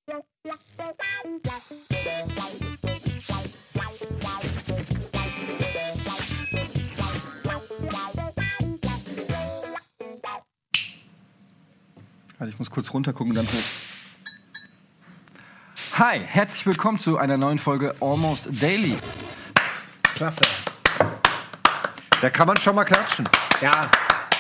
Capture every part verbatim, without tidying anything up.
Also ich muss kurz runtergucken und dann hoch. Hi, herzlich willkommen zu einer neuen Folge Almost Daily. Klasse. Da kann man schon mal klatschen. Ja.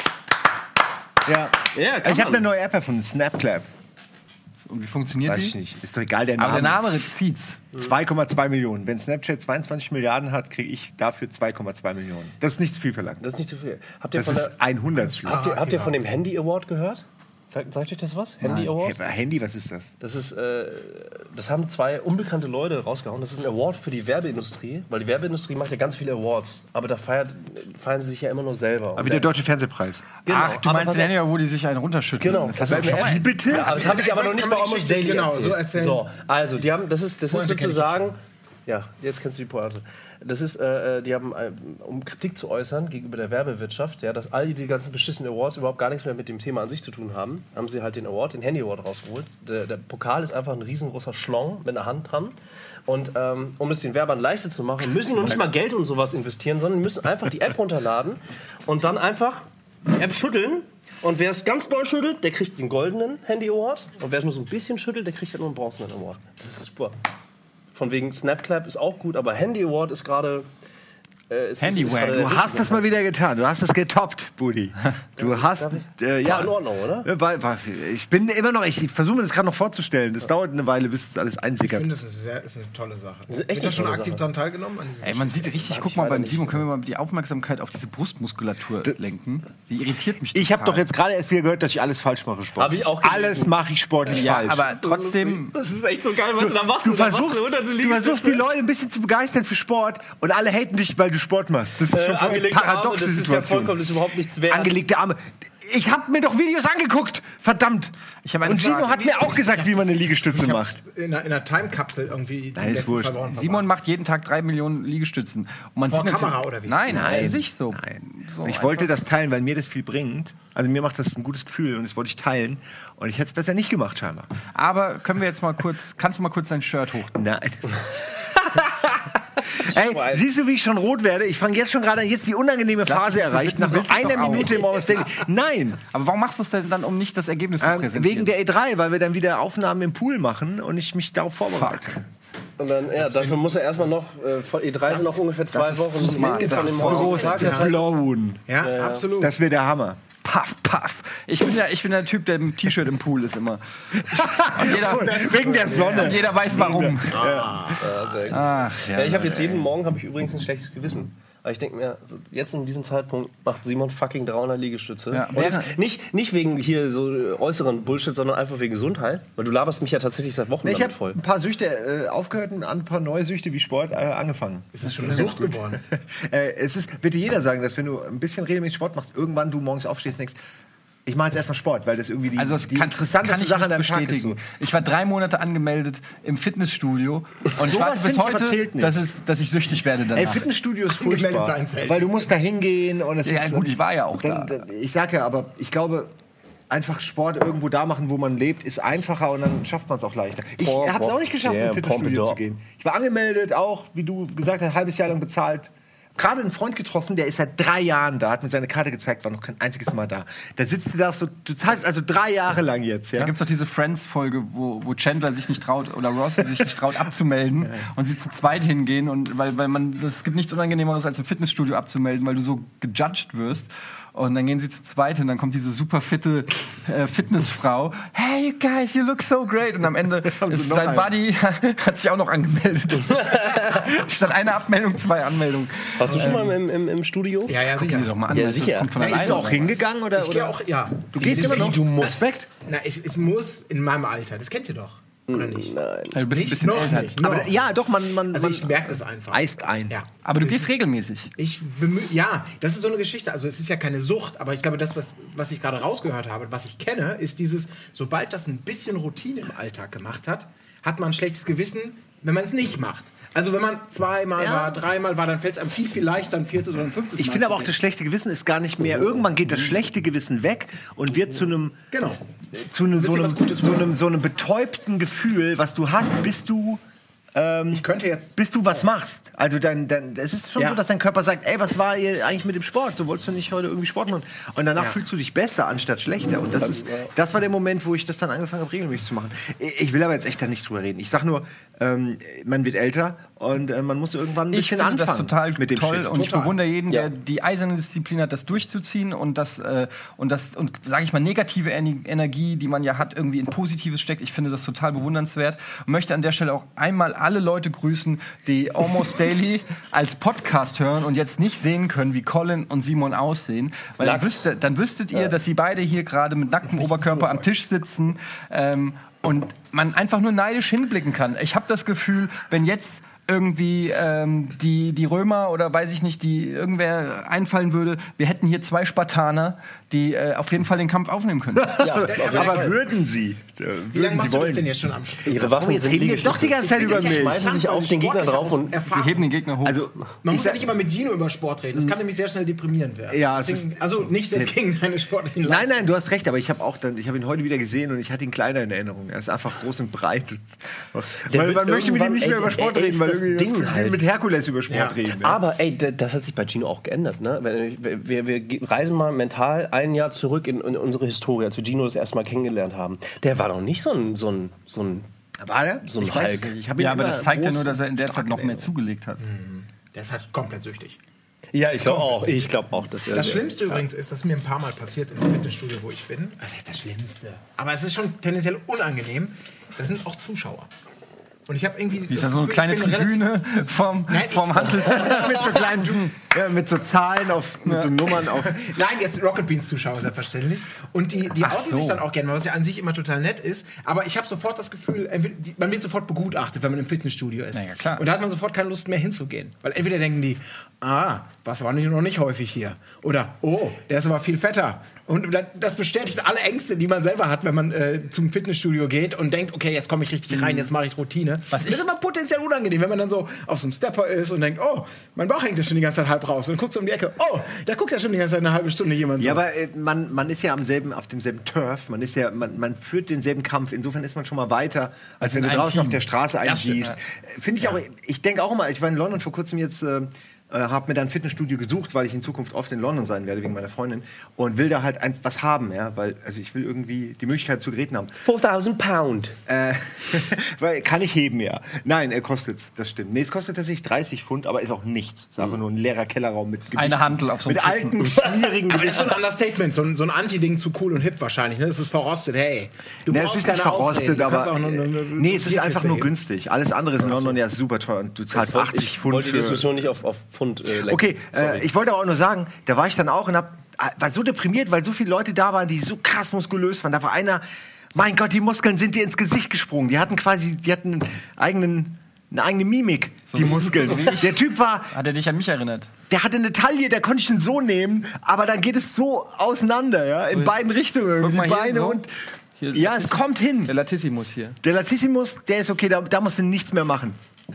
Ja. Ja, ich habe eine neue App erfunden, Snapclap. Und wie funktioniert Weiß die? ich nicht. Ist doch egal, der Name. Aber der Name zieht's. zwei Komma zwei Millionen. Wenn Snapchat zweiundzwanzig Milliarden hat, kriege ich dafür zwei Komma zwei Millionen. Das ist nicht zu viel verlangt. Das ist nicht zu viel. Habt ihr Das von, ist der, ein Hundertstel. habt ihr, habt ihr genau. von dem Handy Award gehört? Sagt, sagt euch das was? Handy Award? Hey, Handy, was ist das? Das ist, äh, das haben zwei unbekannte Leute rausgehauen. Das ist ein Award für die Werbeindustrie, weil die Werbeindustrie macht ja ganz viele Awards, aber da feiert, feiern sie sich ja immer nur selber. Aber wie der Deutsche Fernsehpreis. Genau. Ach, du Aber meinst pass den auf. ja, wo die sich einen runterschütteln. Genau. Das hast du Das schon ist- mal. Wie bitte? Ja, aber das habe ich aber noch nicht bei Kann man Almost die Daily Geschichte- genau, erzählt. so erzählen. So, also, die haben, das ist, das ist Pointe kenn ich sozusagen, ja, jetzt kennst du die Pointe. Das ist, äh, die haben, äh, um Kritik zu äußern gegenüber der Werbewirtschaft, ja, dass all die, die ganzen beschissenen Awards überhaupt gar nichts mehr mit dem Thema an sich zu tun haben, haben sie halt den Award, den Handy Award rausgeholt. Der, der Pokal ist einfach ein riesengroßer Schlong mit einer Hand dran. Und ähm, um es den Werbern leichter zu machen, müssen sie noch nicht mal Geld und sowas investieren, sondern müssen einfach die App runterladen und dann einfach die App schütteln. Und wer es ganz doll schüttelt, der kriegt den goldenen Handy Award. Und wer es nur so ein bisschen schüttelt, der kriegt halt nur einen bronzenen Award. Das ist super. Von wegen Snapclap ist auch gut, aber Handy Award ist gerade... Äh, ist- Handy ist Award. gerade Du der hast richtige. das mal wieder getan. Du hast das getoppt, Buddy. Du hast. Äh, ja. War in Ordnung, oder? Ja, War, war, ich bin immer noch. Ich versuche mir das gerade noch vorzustellen. Das dauert eine Weile, bis das alles Ich einsickert. finde, das ist, sehr, ist eine tolle Sache. ist echt Wird da eine schon tolle aktiv Sache. daran teilgenommen? An dieser Ey, man sieht richtig, Hab guck ich mal leider beim nicht Simon, können wir mal die Aufmerksamkeit auf diese Brustmuskulatur lenken? Die irritiert mich Ich habe total. doch jetzt gerade erst wieder gehört, dass ich alles falsch mache. Sportlich. Hab ich auch gelesen. Alles mache ich sportlich Ja, falsch. aber trotzdem... Das ist echt so geil, was du, da machst. Du Da machst versuchst, hunderte du Liegestütze. versuchst die Leute ein bisschen zu begeistern für Sport und alle haten dich, weil du Sport machst. Das ist Äh, schon eine angelegte Arme, paradoxe das ist ja Situation. vollkommen, das ist überhaupt nichts wert. Angelegte Arme. Ich habe mir doch Videos angeguckt. Verdammt. Ich hab eine Und Gino Frage. hat mir auch gesagt, wie man eine Liegestütze Ich macht. hab's in einer, in einer Time-Kapsel irgendwie. Nein, ist wurscht. Simon macht jeden Tag drei Millionen Liegestützen. Und man Vor sieht natürlich- Kamera oder wie? Nein, Nein. nein, sich so. Nein. so Und ich einfach. wollte das teilen, weil mir das viel bringt. Also mir macht das ein gutes Gefühl und das wollte ich teilen. Und ich hätte es besser nicht gemacht, scheinbar. Aber können wir jetzt mal kurz... Kannst du mal kurz dein Shirt hoch... Nein. Ey, siehst du, wie ich schon rot werde? Ich fange jetzt schon gerade an, jetzt die unangenehme Phase dich so erreicht, bitten, nach du nur willst es einer doch auch. Minute im Almost Daily. Nein, Aber warum machst du es denn dann, um nicht das Ergebnis zu ähm, präsentieren? wegen der E drei, weil wir dann wieder Aufnahmen im Pool machen und ich mich darauf vorbereite. Und dann, ja, dafür muss er erstmal noch, äh, vor E drei sind noch ungefähr zwei Wochen. smart. Mit Das von ist dem voll Morgen- Tag, das heißt, Blown. Ja, absolut. Das wäre der Hammer. Paff, paff. Ich bin, ja, ich bin der Typ, der im T-Shirt im Pool ist immer. Und jeder, Wegen der Sonne. und jeder weiß warum. ja, sehr gut. Ach, ja. Ja, ich habe jetzt jeden Morgen habe ich übrigens ein schlechtes Gewissen. Aber ich denke mir, so jetzt in diesem Zeitpunkt macht Simon fucking dreihundert Liegestütze. Ja. Und jetzt nicht, nicht wegen hier so äh, äußeren Bullshit, sondern einfach wegen Gesundheit. Weil du laberst mich ja tatsächlich seit Wochen Ich damit habe voll. ein paar Süchte äh, aufgehört und ein paar neue Süchte wie Sport äh, angefangen. Ist das schon eine Sucht geworden? äh, es ist, wird dir jeder sagen, dass wenn du ein bisschen regelmäßig Sport machst, irgendwann du morgens aufstehst und denkst, ich mache jetzt erstmal Sport, weil das irgendwie die, Also das die kann, interessanteste kann ich Sache an nicht deinem Tag ist. So. bestätigen. Ich war drei Monate angemeldet im Fitnessstudio und ich Sowas warte bis finde ich aber heute, zählt nicht. dass, es, dass ich süchtig werde danach. Ey, Fitnessstudio ist Angemeldet furchtbar, sein zählt. weil du musst da hingehen und es Ja, ist... gut, ich war ja auch dann, da. dann- Ich sag ja, aber ich glaube, einfach Sport irgendwo da machen, wo man lebt, ist einfacher und dann schafft man es auch leichter. Ich Boah, habe es boah. auch nicht geschafft, Yeah, ins Fitnessstudio pump zu it up. gehen. Ich war angemeldet auch, wie du gesagt hast, ein halbes Jahr lang bezahlt. Gerade einen Freund getroffen, der ist seit drei Jahren da, hat mir seine Karte gezeigt, war noch kein einziges Mal da. Da sitzt du da so, du zahlst also drei Jahre lang jetzt, ja? Da gibt es doch diese Friends-Folge, wo, wo Chandler sich nicht traut oder Ross sich nicht traut abzumelden und sie zu zweit hingehen. Und weil, weil man, es gibt nichts Unangenehmeres als im Fitnessstudio abzumelden, weil du so gejudged wirst. Und dann gehen sie zu zweit hin, dann kommt diese super fitte äh, Fitnessfrau. Hey, you guys, you look so great. Und am Ende ist noch sein einen. Buddy, hat sich auch noch angemeldet. Statt einer Abmeldung, zwei Anmeldungen. Warst du schon mal im, im, im Studio? Ja, ja, Guck sicher. dir doch mal an, Ja, weißt du, das sicher. kommt von Ja, ist alleine. Bist du auch hingegangen oder? Ich gehe oder? auch, ja. Du gehst immer noch? Du musst. Respekt. Na, ich, ich muss in meinem Alter. Das kennt ihr doch. Oder nicht? Nein. Du bist ein Nicht, bisschen noch älter. nicht. Noch. Aber ja, doch, man, man, Also man ich merke das einfach. eist ein. Ja. Aber du Es- gehst regelmäßig. Ich bemühe, ja, das ist so eine Geschichte. Also es ist ja keine Sucht, aber ich glaube, das, was, was ich gerade rausgehört habe, was ich kenne, ist dieses, sobald das ein bisschen Routine im Alltag gemacht hat, hat man ein schlechtes Gewissen, wenn man es nicht macht. Also wenn man zweimal Ja. war, dreimal war, dann fällt es einem viel, viel leichter, ein viertes oder ein fünftes Mal Ich finde aber zu auch, gehen. das schlechte Gewissen ist gar nicht mehr. Irgendwann geht das schlechte Gewissen weg und wird zu einem Genau. zu einem, so, dir einem, was Gutes so, einem, so einem betäubten Gefühl, was du hast, bis du, Ich könnte jetzt... bis du was machst. Also dann, dann, es ist schon Ja. so, dass dein Körper sagt, ey, was war hier eigentlich mit dem Sport? So wolltest du nicht heute irgendwie Sport machen? Und danach Ja. fühlst du dich besser anstatt schlechter. Und das ist, das war der Moment, wo ich das dann angefangen habe, regelmäßig zu machen. Ich ich will aber jetzt echt da nicht drüber reden. Ich sag nur, ähm, man wird älter und äh, man muss irgendwann ein Ich bisschen finde anfangen das total mit dem toll Shit. und ich Total. bewundere jeden, Ja. der die eiserne Disziplin hat, das durchzuziehen und das äh, und das und sage ich mal negative Ener- Energie, die man ja hat, irgendwie in Positives steckt. Ich finde das total bewundernswert und möchte an der Stelle auch einmal alle Leute grüßen, die Almost Daily als Podcast hören und jetzt nicht sehen können, wie Colin und Simon aussehen, weil dann, Nackt. wüsste, dann wüsstet ihr, dass sie beide hier gerade mit nacktem Oberkörper am Tisch sitzen ähm, und man einfach nur neidisch hinblicken kann. Ich habe das Gefühl, wenn jetzt irgendwie ähm, die, die Römer oder weiß ich nicht, die irgendwer einfallen würde, wir hätten hier zwei Spartaner, die äh, auf jeden Fall den Kampf aufnehmen können. Ja, auf jeden Aber Fall. würden sie? Äh, Wie lange Würden machst sie du das denn wollen? jetzt schon am Stück? Ihre Waffen Jetzt sind reden wir Liegestütze. doch die ganze Zeit über Das ist ja mich. spannend, sich weil auf du den Gegner sportlich drauf aus und- Sie Erfahrung- heben den Gegner hoch. Also, Man ich muss ja sag, nicht immer mit Gino über Sport reden. Das kann nämlich sehr schnell deprimierend werden. Ja, es Deswegen, ist- also nicht jetzt gegen deine sportlichen nein, nein, du hast recht, aber ich habe auch dann, ich habe ihn heute wieder gesehen und ich hatte ihn kleiner in Erinnerung. Er ist einfach groß und breit. Der Weil wird man möchte mit ihm irgendwann- nicht mehr ey, über Sport ey, reden, ist weil das irgendwie Ding das halt. mit Herkules über Sport Ja. reden. Ja. Aber ey, d- das hat sich bei Gino auch geändert. Ne? Wenn- Wir, wir, wir ge- reisen mal mental ein Jahr zurück in, in unsere Historie, als wir Gino das erste Mal kennengelernt haben. Der war doch nicht so ein, so ein, so ein War der? So ein Ich weiß es Hulk. nicht. Ich habe ihn Ja, aber immer das zeigt ja groß nur, dass er in der und Zeit noch stark mehr in zugelegt hat. Der ist halt komplett süchtig. Ja, ich glaube auch. Ich glaube auch, dass er Das Schlimmste übrigens ist, das ist mir ein paar Mal passiert im Fitnessstudio, wo ich bin. Das ist das Schlimmste. Aber es ist schon tendenziell unangenehm. Das sind auch Zuschauer. Und ich habe irgendwie. Wie ist da so eine kleine Tribüne vom, Nein, ich- vom Handels... mit so kleinen, ja, mit so Zahlen auf, mit so Nummern auf. Nein, jetzt Rocket Beans Zuschauer, selbstverständlich. Und die, die Ach outen so. sich dann auch gerne, was ja an sich immer total nett ist. Aber ich habe sofort das Gefühl, entweder- die- man wird sofort begutachtet, wenn man im Fitnessstudio ist. Na ja, klar. Und da hat man sofort keine Lust mehr hinzugehen. Weil entweder denken die, ah, was war nicht, noch nicht häufig hier? Oder, oh, der ist aber viel fetter. Und da- das bestätigt alle Ängste, die man selber hat, wenn man äh, zum Fitnessstudio geht und denkt, okay, jetzt komme ich richtig rein, jetzt mache ich Routine. Was das ich- ist immer potenziell unangenehm, wenn man dann so auf so einem Stepper ist und denkt, oh, mein Bauch hängt ja schon die ganze Zeit halb raus. Und guckt so um die Ecke, oh, da guckt ja schon die ganze Zeit eine halbe Stunde jemand so. Ja, aber äh, man, man ist ja am selben, auf demselben Turf, man ist ja, man, man führt denselben Kampf. Insofern ist man schon mal weiter, als wenn du in einem draußen Team. auf der Straße Das stimmt, einschießt. Finde ich auch. Ich denke auch immer. Ich war in London vor kurzem jetzt. Äh, habe mir da ein Fitnessstudio gesucht, weil ich in Zukunft oft in London sein werde wegen meiner Freundin und will da halt eins was haben, ja, weil also ich will irgendwie die Möglichkeit zu Geräten haben. viertausend Pound. Äh, weil kann ich heben, ja. Nein, er kostet, das stimmt. Nee, es kostet tatsächlich dreißig Pfund, aber ist auch nichts. Ist einfach nur ein leerer Kellerraum mit Gewichten. Eine Handel auf so einem mit Kissen. alten, schmierigen Aber das ist so Gewichten. ein Understatement, so ein, so ein Anti-Ding zu cool und hip wahrscheinlich. Ne? Das ist verrostet, hey. Du Ne, es brauchst ist nicht keine Ausreden. verrostet, Du aber kannst auch nur eine- eine- nee, es ist Bierkiste einfach nur heben. günstig. Alles andere ist in London ja super teuer und du zahlst achtzig Ich Pfund wollte die für... Diskussion nicht auf, auf Pfund äh, lenken. Okay, Sorry. äh, ich wollte aber auch nur sagen, da war ich dann auch und hab, war so deprimiert, weil so viele Leute da waren, die so krass muskulös waren. Da war einer, mein Gott, die Muskeln sind dir ins Gesicht gesprungen. Die hatten quasi, die hatten einen eigenen, eine eigene Mimik, die wie- Muskeln. so wie ich. Der Typ war, Hat er dich an mich erinnert? der hatte eine Taille, der konnte ich den so nehmen, aber dann geht es so auseinander, ja, in beiden Richtungen. Guck Die mal hier, Beine so. und... Hier, Ja, das es ist- kommt hin. Der Latissimus hier. Der Latissimus, der ist okay, da, da musst du nichts mehr machen.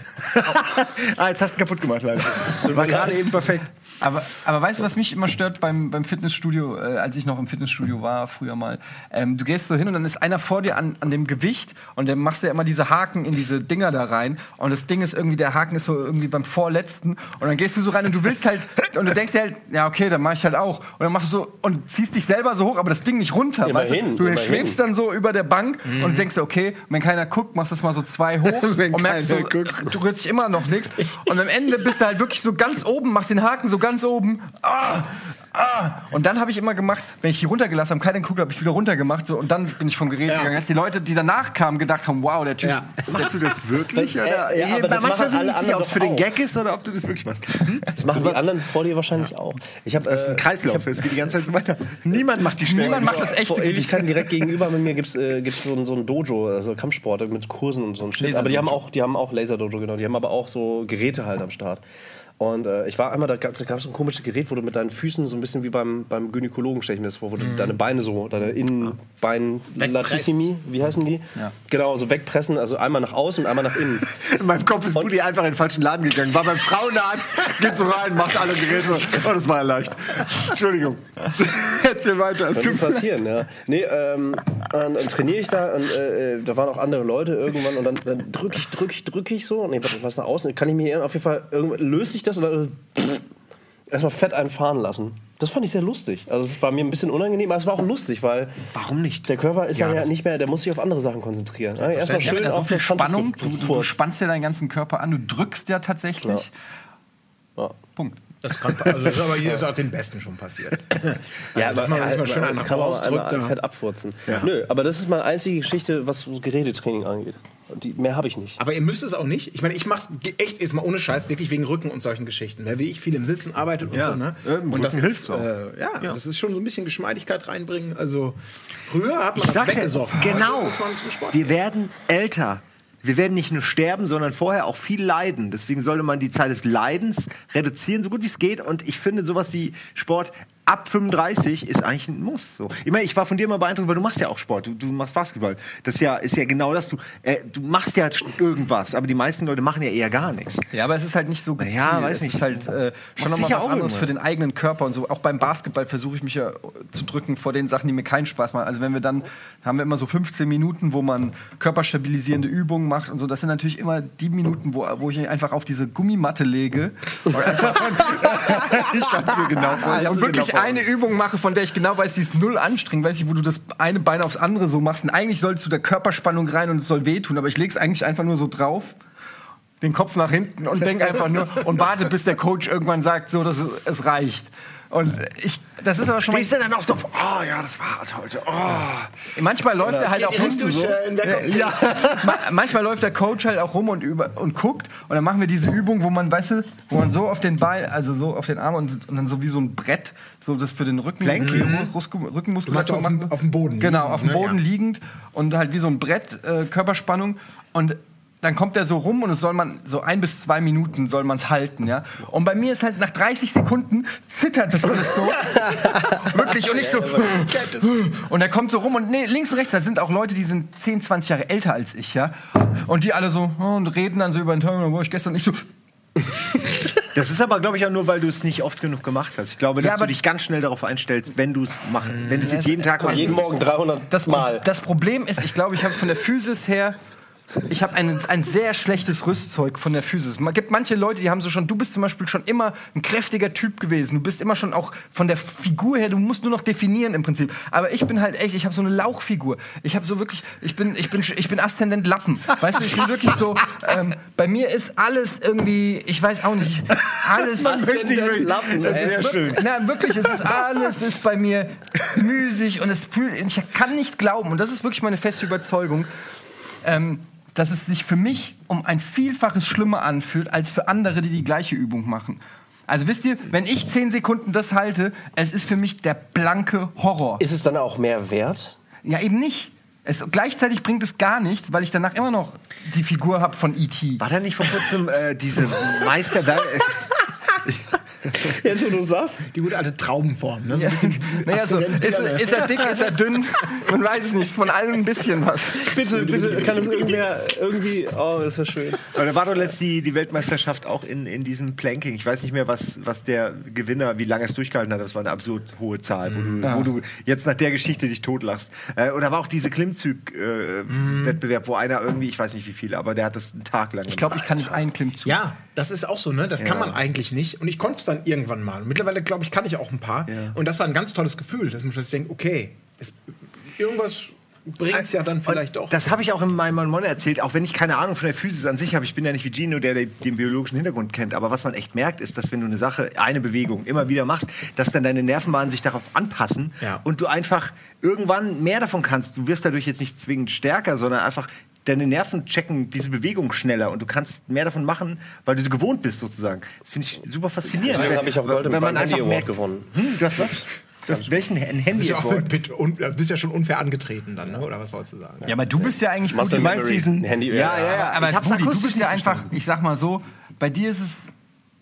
ah, jetzt hast du ihn kaputt gemacht, leider. War gerade eben perfekt. Aber, aber weißt du, was mich immer stört beim, beim Fitnessstudio, äh, als ich noch im Fitnessstudio war, früher mal? Ähm, du gehst so hin und dann ist einer vor dir an, an dem Gewicht und dann machst du ja immer diese Haken in diese Dinger da rein und das Ding ist irgendwie, der Haken ist so irgendwie beim vorletzten und dann gehst du so rein und du willst halt, und du denkst dir halt, ja okay, dann mach ich halt auch. Und dann machst du so und ziehst dich selber so hoch, aber das Ding nicht runter, weißt du? Immerhin, Du immerhin. schwebst dann so über der Bank und denkst dir, okay, wenn keiner guckt, machst du das mal so zwei hoch Wenn und merkst so, keiner guckt. du rührst dich immer noch nichts. Und am Ende bist du halt wirklich so ganz oben, machst den Haken so ganz oben. Ah, ah. Und dann habe ich immer gemacht, wenn ich die runtergelassen habe, keiner geguckt, habe ich wieder runtergemacht. So, und dann bin ich vom Gerät Ja. gegangen. Dass die Leute, die danach kamen, gedacht haben, wow, der Typ. Ja. Machst du das wirklich? Oder? Äh, ja, aber das manchmal machen alle bin ich nicht, ob es für den anderen Gag ist oder ob du das wirklich machst. Das machen die anderen vor dir wahrscheinlich auch. Ich hab, Das ist ein äh, Kreislauf, es geht die ganze Zeit so weiter. Niemand macht die Stelle. Niemand macht das echte Vor Gewicht. Ewigkeiten direkt gegenüber mit mir gibt es äh, gibt's so, ein, so ein Dojo, also Kampfsport mit Kursen und so ein Shit. Laser Aber die haben Dojo. auch, die haben auch Laser Dojo, genau. Die haben aber auch so Geräte halt am Start. Und äh, ich war einmal, da gab es so ein komisches Gerät, wo du mit deinen Füßen so ein bisschen wie beim, beim Gynäkologen, stelle ich mir das vor, wo du deine Beine so, deine Innenbein, Latissimi, wie heißen die? Ja. Genau, so wegpressen, also einmal nach außen und einmal nach innen. In meinem Kopf ist Buddy einfach in den falschen Laden gegangen. War beim Frauenarzt, geht so rein, macht alle Geräte. Oh, das war ja leicht. Entschuldigung. Erzähl weiter. Das kann passieren, ja. Nee, ähm, dann, dann trainiere ich da und äh, da waren auch andere Leute irgendwann und dann, dann drücke ich, drücke ich, drücke ich so. Nee, was nach außen? Kann ich mir auf jeden Fall, irgendwann löse ich das und dann pff, erstmal fett einfahren lassen. Das fand ich sehr lustig. Also es war mir ein bisschen unangenehm, aber es war auch lustig, weil warum nicht? Der Körper ist Ja, ja, das- nicht mehr, der muss sich auf andere Sachen konzentrieren. Ja, erstmal Ja, schön da ist so auf viel das Spannung, Handtuch du, du gefurzt. spannst ja deinen ganzen Körper an, du drückst ja tatsächlich. Ja. Punkt. Das kann, also das ist aber hier ist auch den Besten schon passiert. Ja, dass man sich mal schön einen kann man auch einmal rausdrückt, Fett ja. abfurzen. Nö, aber das ist meine einzige Geschichte, was so Gerätetraining angeht. Und die, mehr habe ich nicht. Aber ihr müsst es auch nicht. Ich meine, ich mach's echt jetzt mal ohne Scheiß, wirklich wegen Rücken und solchen Geschichten. Ne? Wie ich viel im Sitzen arbeitet und Ja. so. Ne? Ja, im und das Rücken ist, hilft's auch. äh, ja, das ist schon so ein bisschen Geschmeidigkeit reinbringen. Also früher hat man Ich das sag's ja, weggesoffen. genau. Heute muss man zum Sport. Wir werden älter. Wir werden nicht nur sterben, sondern vorher auch viel leiden. Deswegen sollte man die Zeit des Leidens reduzieren, so gut wie es geht. Und ich finde, sowas wie Sport ab fünfunddreißig ist eigentlich ein Muss. So. Ich meine, ich war von dir mal beeindruckt, weil du machst ja auch Sport. Du, du machst Basketball. Das ist ja, ist ja genau das. Du, äh, du machst ja irgendwas, aber die meisten Leute machen ja eher gar nichts. Ja, aber es ist halt nicht so gezielt. Ja, weiß es nicht. ist halt äh, schon Machst nochmal sicher was auch anderes irgendwas. für den eigenen Körper und so. Auch beim Basketball versuche ich mich ja zu drücken vor den Sachen, die mir keinen Spaß machen. Also wenn wir dann, haben wir immer so fünfzehn Minuten, wo man körperstabilisierende Übungen macht und so. Das sind natürlich immer die Minuten, wo, wo ich mich einfach auf diese Gummimatte lege und, einfach, Ich sag's dir genau vor. und wirklich eine Übung mache, von der ich genau weiß, die ist null anstrengend, weiß ich, wo du das eine Bein aufs andere so machst. Und eigentlich sollst du der Körperspannung rein und es soll wehtun, aber ich lege es eigentlich einfach nur so drauf, den Kopf nach hinten und denke einfach nur und warte, bis der Coach irgendwann sagt, so, dass es, es reicht. Und ich, das ist aber schon mal. Stehst du dann auch so, oh ja, das war hart heute. Oh. Manchmal läuft er halt auch rum. durch, So. äh, in der Ja, ma- manchmal läuft der Coach halt auch rum und, über, und guckt. Und dann machen wir diese Übung, wo man, weißt du, wo man so auf den Bein, also so auf den Arm und, und dann so wie so ein Brett, so das für den Rücken, Planking. für die Rück- Rückenmuskulatur Du meinst auf dem- machen. auf dem Boden Genau, liegend, auf dem ne? Boden Ja. liegend und halt wie so ein Brett, äh, Körperspannung. Und dann kommt er so rum und es soll man so ein bis zwei Minuten soll man es halten, ja. Und bei mir ist halt nach dreißig Sekunden zittert das alles so, wirklich und ich so und er kommt so rum und nee, links und rechts, da sind auch Leute, die sind zehn, zwanzig Jahre älter als ich, ja. Und die alle so oh, und reden dann so über den Tag, wo ich gestern nicht so. Das ist aber, glaube ich, auch nur, weil du es nicht oft genug gemacht hast. Ich glaube, dass Ja, aber- du dich ganz schnell darauf einstellst, wenn du es machen. Wenn du es jetzt jeden Tag machst. Jeden Morgen dreihundert Das, Mal. das Problem ist, ich glaube, ich habe von der Physis her, ich habe ein, ein sehr schlechtes Rüstzeug von der Physis. Es gibt manche Leute, die haben so schon, du bist zum Beispiel schon immer ein kräftiger Typ gewesen. Du bist immer schon auch von der Figur her, du musst nur noch definieren im Prinzip. Aber ich bin halt echt, ich habe so eine Lauchfigur. Ich habe so wirklich, ich bin, ich bin, ich bin Aszendent Lappen. Weißt du, ich bin wirklich so, ähm, bei mir ist alles irgendwie, ich weiß auch nicht, alles. Aszendent Lappen, Das ey. ist sehr schön. Na, wirklich, es ist alles ist bei mir müßig und es fühlt, ich kann nicht glauben, und das ist wirklich meine feste Überzeugung, ähm, dass es sich für mich um ein Vielfaches schlimmer anfühlt, als für andere, die die gleiche Übung machen. Also wisst ihr, wenn ich zehn Sekunden das halte, es ist für mich der blanke Horror. Ist es dann auch mehr wert? Ja, eben nicht. Es, gleichzeitig bringt es gar nichts, weil ich danach immer noch die Figur habe von E T War da nicht vor kurzem äh, diese Meister... Jetzt, wo du sagst. Die gute alte Traubenform. Ne? So Ja. ein bisschen Naja, so, ist, Aszendent- ist er dick, ist er dünn? Man weiß es nicht. Von allem ein bisschen was. Bitte, bitte, kann es irgendwer irgendwie. Oh, das wäre schön. Aber da war doch letztens die, die Weltmeisterschaft auch in, in diesem Planking. Ich weiß nicht mehr, was, was der Gewinner, wie lange es durchgehalten hat. Das war eine absurd hohe Zahl, wo du, Ja. wo du jetzt nach der Geschichte dich totlachst. Äh, oder war auch diese Klimmzug-Wettbewerb, wo einer irgendwie, ich weiß nicht wie viel, aber der hat das einen Tag lang Ich glaube, ich kann nicht einen Klimmzug. Ja, das ist auch so, ne? Das kann man eigentlich nicht. Und ich konnte es dann irgendwann mal. Und mittlerweile, glaube ich, kann ich auch ein paar. Ja. Und das war ein ganz tolles Gefühl, dass man plötzlich denkt, okay, es, irgendwas bringt es ja dann vielleicht doch. Das habe ich auch in meinem Mon erzählt, auch wenn ich keine Ahnung von der Physis an sich habe. Ich bin ja nicht wie Gino, der den, den biologischen Hintergrund kennt. Aber was man echt merkt, ist, dass wenn du eine Sache, eine Bewegung immer wieder machst, dass dann deine Nervenbahnen sich darauf anpassen Ja. und du einfach irgendwann mehr davon kannst. Du wirst dadurch jetzt nicht zwingend stärker, sondern einfach deine Nerven checken diese Bewegung schneller und du kannst mehr davon machen, weil du so gewohnt bist sozusagen. Das finde ich super faszinierend. Deswegen habe ich auch Gold im Wenn man Handy einfach Award merkt, gewonnen. Hm, du hast was? Du hast welchen? Ein bist Handy ja, auch Award? mit, mit, un, bist ja schon unfair angetreten dann, ne? Oder was wolltest du sagen? Ja, aber du bist ja eigentlich Muscle Budi, Memory, meinst diesen- Handy. Ja, ja, ja. aber Ich hab's Budi, du akustisch bist ja nicht einfach, ich sag mal so, bei dir ist es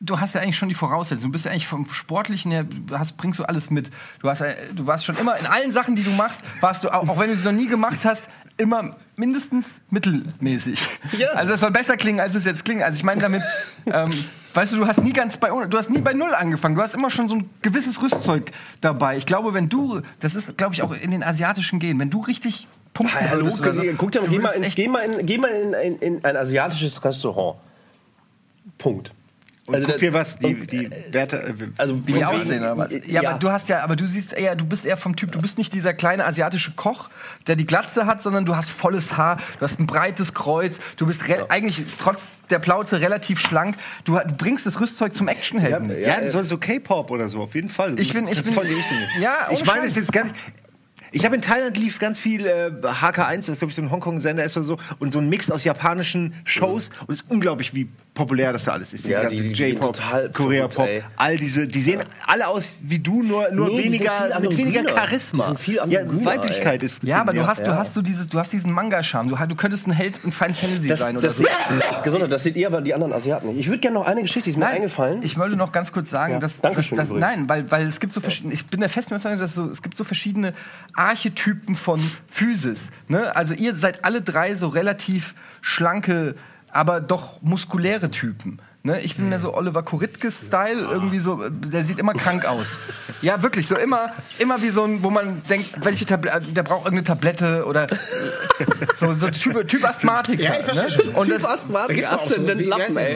du hast ja eigentlich schon die Voraussetzungen. Du bist ja eigentlich vom Sportlichen her, du hast, bringst du alles mit. Du, hast, du warst schon immer in allen Sachen, die du machst, warst du, auch, auch wenn du sie noch nie gemacht hast, immer mindestens mittelmäßig. Ja. Also es soll besser klingen, als es jetzt klingt. Also ich meine damit, ähm, weißt du, du hast nie ganz bei, du hast nie bei Null angefangen. Du hast immer schon so ein gewisses Rüstzeug dabei. Ich glaube, wenn du, das ist, glaube ich, auch in den asiatischen Genen, wenn du richtig punkten Hallo, würdest oder so, guck dir mal, geh mal, ins, geh mal, in, geh mal in, in, in ein asiatisches Restaurant. Punkt. Und Also guck da- dir was, die, und, die Werte, äh, Also wie die aussehen, aber, ja, ja. aber du hast ja, aber du siehst eher, du bist eher vom Typ, du bist nicht dieser kleine asiatische Koch, der die Glatze hat, sondern du hast volles Haar, du hast ein breites Kreuz, du bist re- eigentlich trotz der Plauze relativ schlank, du, du bringst das Rüstzeug zum Actionhelden. Ja, ja, das soll so K-Pop oder so, auf jeden Fall. Ich bin, ich Das bin, ist voll die Richtung. ja, Ich ohne meine, Scheiß. es ist gar nicht. Ich habe in Thailand lief ganz viel äh, H K eins, was glaube ich so ein Hongkong-Sender ist oder so, und so ein Mix aus japanischen Shows. Mhm. Und es ist unglaublich, wie populär das da alles ist. Diese Ja, ganze die- die gehen J-Pop, total Korea-Pop, verrückt, ey. all diese, die sehen alle aus wie du, nur, nur Nee, die sind weniger, viel mit weniger androgyner. Charisma. Die sind viel ja, androgyner, Weiblichkeit ey. ist. Ja, aber du hast, Ja. du hast so dieses, du hast diesen Manga-Charme. Du, du könntest ein Held in Final Fantasy Das, sein oder das, so. sieht, Gesundheit, das seht ihr aber die anderen Asiaten nicht. Ich würde gerne noch eine Geschichte, die ist mir eingefallen. Ich wollte noch ganz kurz sagen, Ja, dass, dass, Dankeschön dass übrigens. nein, weil, weil es gibt so verschiedene. Ich bin der festen Überzeugung, dass so, es gibt so verschiedene Archetypen von Physis. Ne? Also ihr seid alle drei so relativ schlanke, aber doch muskuläre Typen. Ne? Ich bin mehr so Oliver Koritke-Style, irgendwie so, der sieht immer krank aus. Ja, wirklich, so immer, immer wie so ein, wo man denkt, welche Tablette, der braucht irgendeine Tablette oder so, so Typ, typ Asthmatiker. Ja, ich verstehe ne? schon. Und das, Da gibt's doch auch so, den wie- Lappen, wie heißt ey.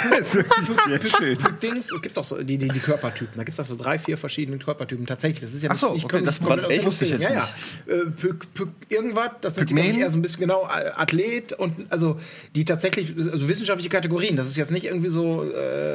die mal? Dings, es gibt doch so die, die, die Körpertypen. Da gibt es doch so drei, vier verschiedene Körpertypen. Tatsächlich, das ist ja Ach so, nicht, okay, das komplett wusste aus ich dem jetzt Ja, ja. Äh, Pück, Pück, irgendwas, das sind die, glaub ich, Pygmäen? eher so ein bisschen genau äh, Athlet und also die tatsächlich, also wissenschaftliche Kategorien. Das ist jetzt nicht irgendwie so äh,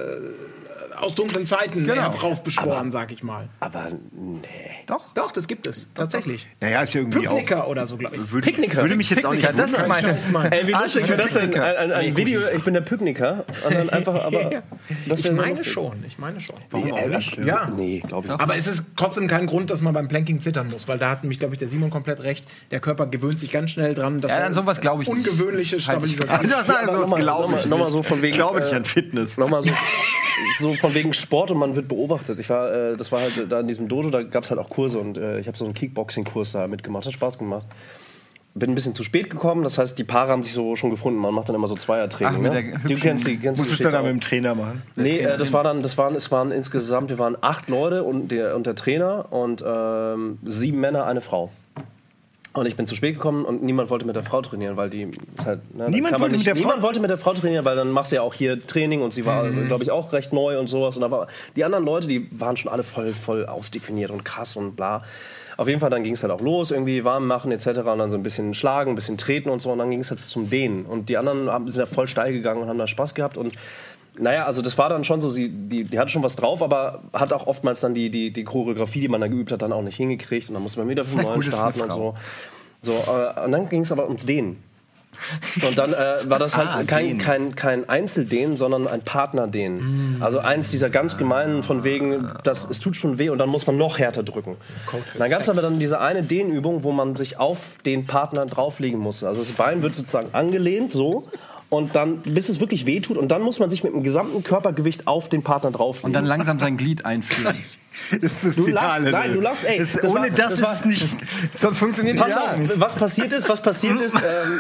aus dunklen Zeiten Genau. heraufbeschworen, sag ich mal. Aber nee. doch. Doch, das gibt es. Tatsächlich. Naja, ist ja irgendwie auch. Pykniker oder so, glaube ich. Würde, Picknicker. würde mich jetzt auch nicht Picknicker, das ist wundern. meine. Scheiß, Mann. Ey, wie lustig wäre das denn? Ein, ein, ein Nee, Video, ich bin der Pykniker. Und dann einfach, aber. Ja. das Ich wär meine lustig. schon, ich meine schon. Nee, ehrlich? Ja. Nee, glaube ich nicht. Aber es ist trotzdem kein Grund, dass man beim Planking zittern muss, weil da hat nämlich, glaube ich, der Simon komplett recht. Der Körper gewöhnt sich ganz schnell dran, dass Ja, er an sowas glaube ich nicht. ungewöhnliche Halte ich- Stabilisation. Also, das aber sowas nochmal- glaube ich nochmal- nochmal nicht. so von wegen, ich glaube nicht äh, an Fitness. Nochmal so, so von wegen Sport und man wird beobachtet. Ich war, äh, das war halt da in diesem Dojo, da gab es halt auch Kurse und äh, ich habe so einen Kickboxing-Kurs da mitgemacht. Hat Spaß gemacht. Bin ein bisschen zu spät gekommen, das heißt, die Paare haben sich so schon gefunden. Man macht dann immer so Zweier-Training. Ach, mit Ne? der Du hübschen- kennst die, kennst die Musstest du Geschichte dann auch. mit dem Trainer machen? Nee, äh, das war dann, das waren, es waren insgesamt, wir waren acht Leute und der, und der Trainer und ähm, sieben Männer, eine Frau. Und ich bin zu spät gekommen und niemand wollte mit der Frau trainieren, weil die ist halt. Ne, dann Niemand kann man wollte nicht, mit der Frau- Niemand wollte mit der Frau trainieren, weil dann machst du ja auch hier Training und sie war, Mhm. glaube ich, auch recht neu und sowas. Und da war, die anderen Leute, die waren schon alle voll, voll ausdefiniert und krass und bla. Auf jeden Fall, dann ging es halt auch los, irgendwie warm machen et cetera. Und dann so ein bisschen schlagen, ein bisschen treten und so. Und dann ging es halt zum Dehnen. Und die anderen haben, sind ja voll steil gegangen und haben da Spaß gehabt. Und naja, also das war dann schon so, sie, die, die hatte schon was drauf, aber hat auch oftmals dann die, die, die Choreografie, die man da geübt hat, dann auch nicht hingekriegt. Und dann musste man wieder von Na neuem gut, ist eine starten und Frau. so. so äh, und dann ging es aber ums Dehnen. Und dann äh, war das halt Ah, kein, Dehnen. kein, kein Einzeldehnen, sondern ein Partnerdehnen. Also eins dieser ganz gemeinen von wegen, das, es tut schon weh und dann muss man noch härter drücken. Dann gab es aber dann diese eine Dehnübung, wo man sich auf den Partner drauflegen muss. Also das Bein wird sozusagen angelehnt, so. Und dann, bis es wirklich weh tut. Und dann muss man sich mit dem gesamten Körpergewicht auf den Partner drauflegen. Und dann langsam sein Glied einführen. Das ist das Du lachst, Finale, nein, ne? du lachst, ey. Das, das ohne war- das, das war- ist es nicht. Sonst funktioniert Pass die auf, Sache nicht. was passiert ist, was passiert ist, ähm,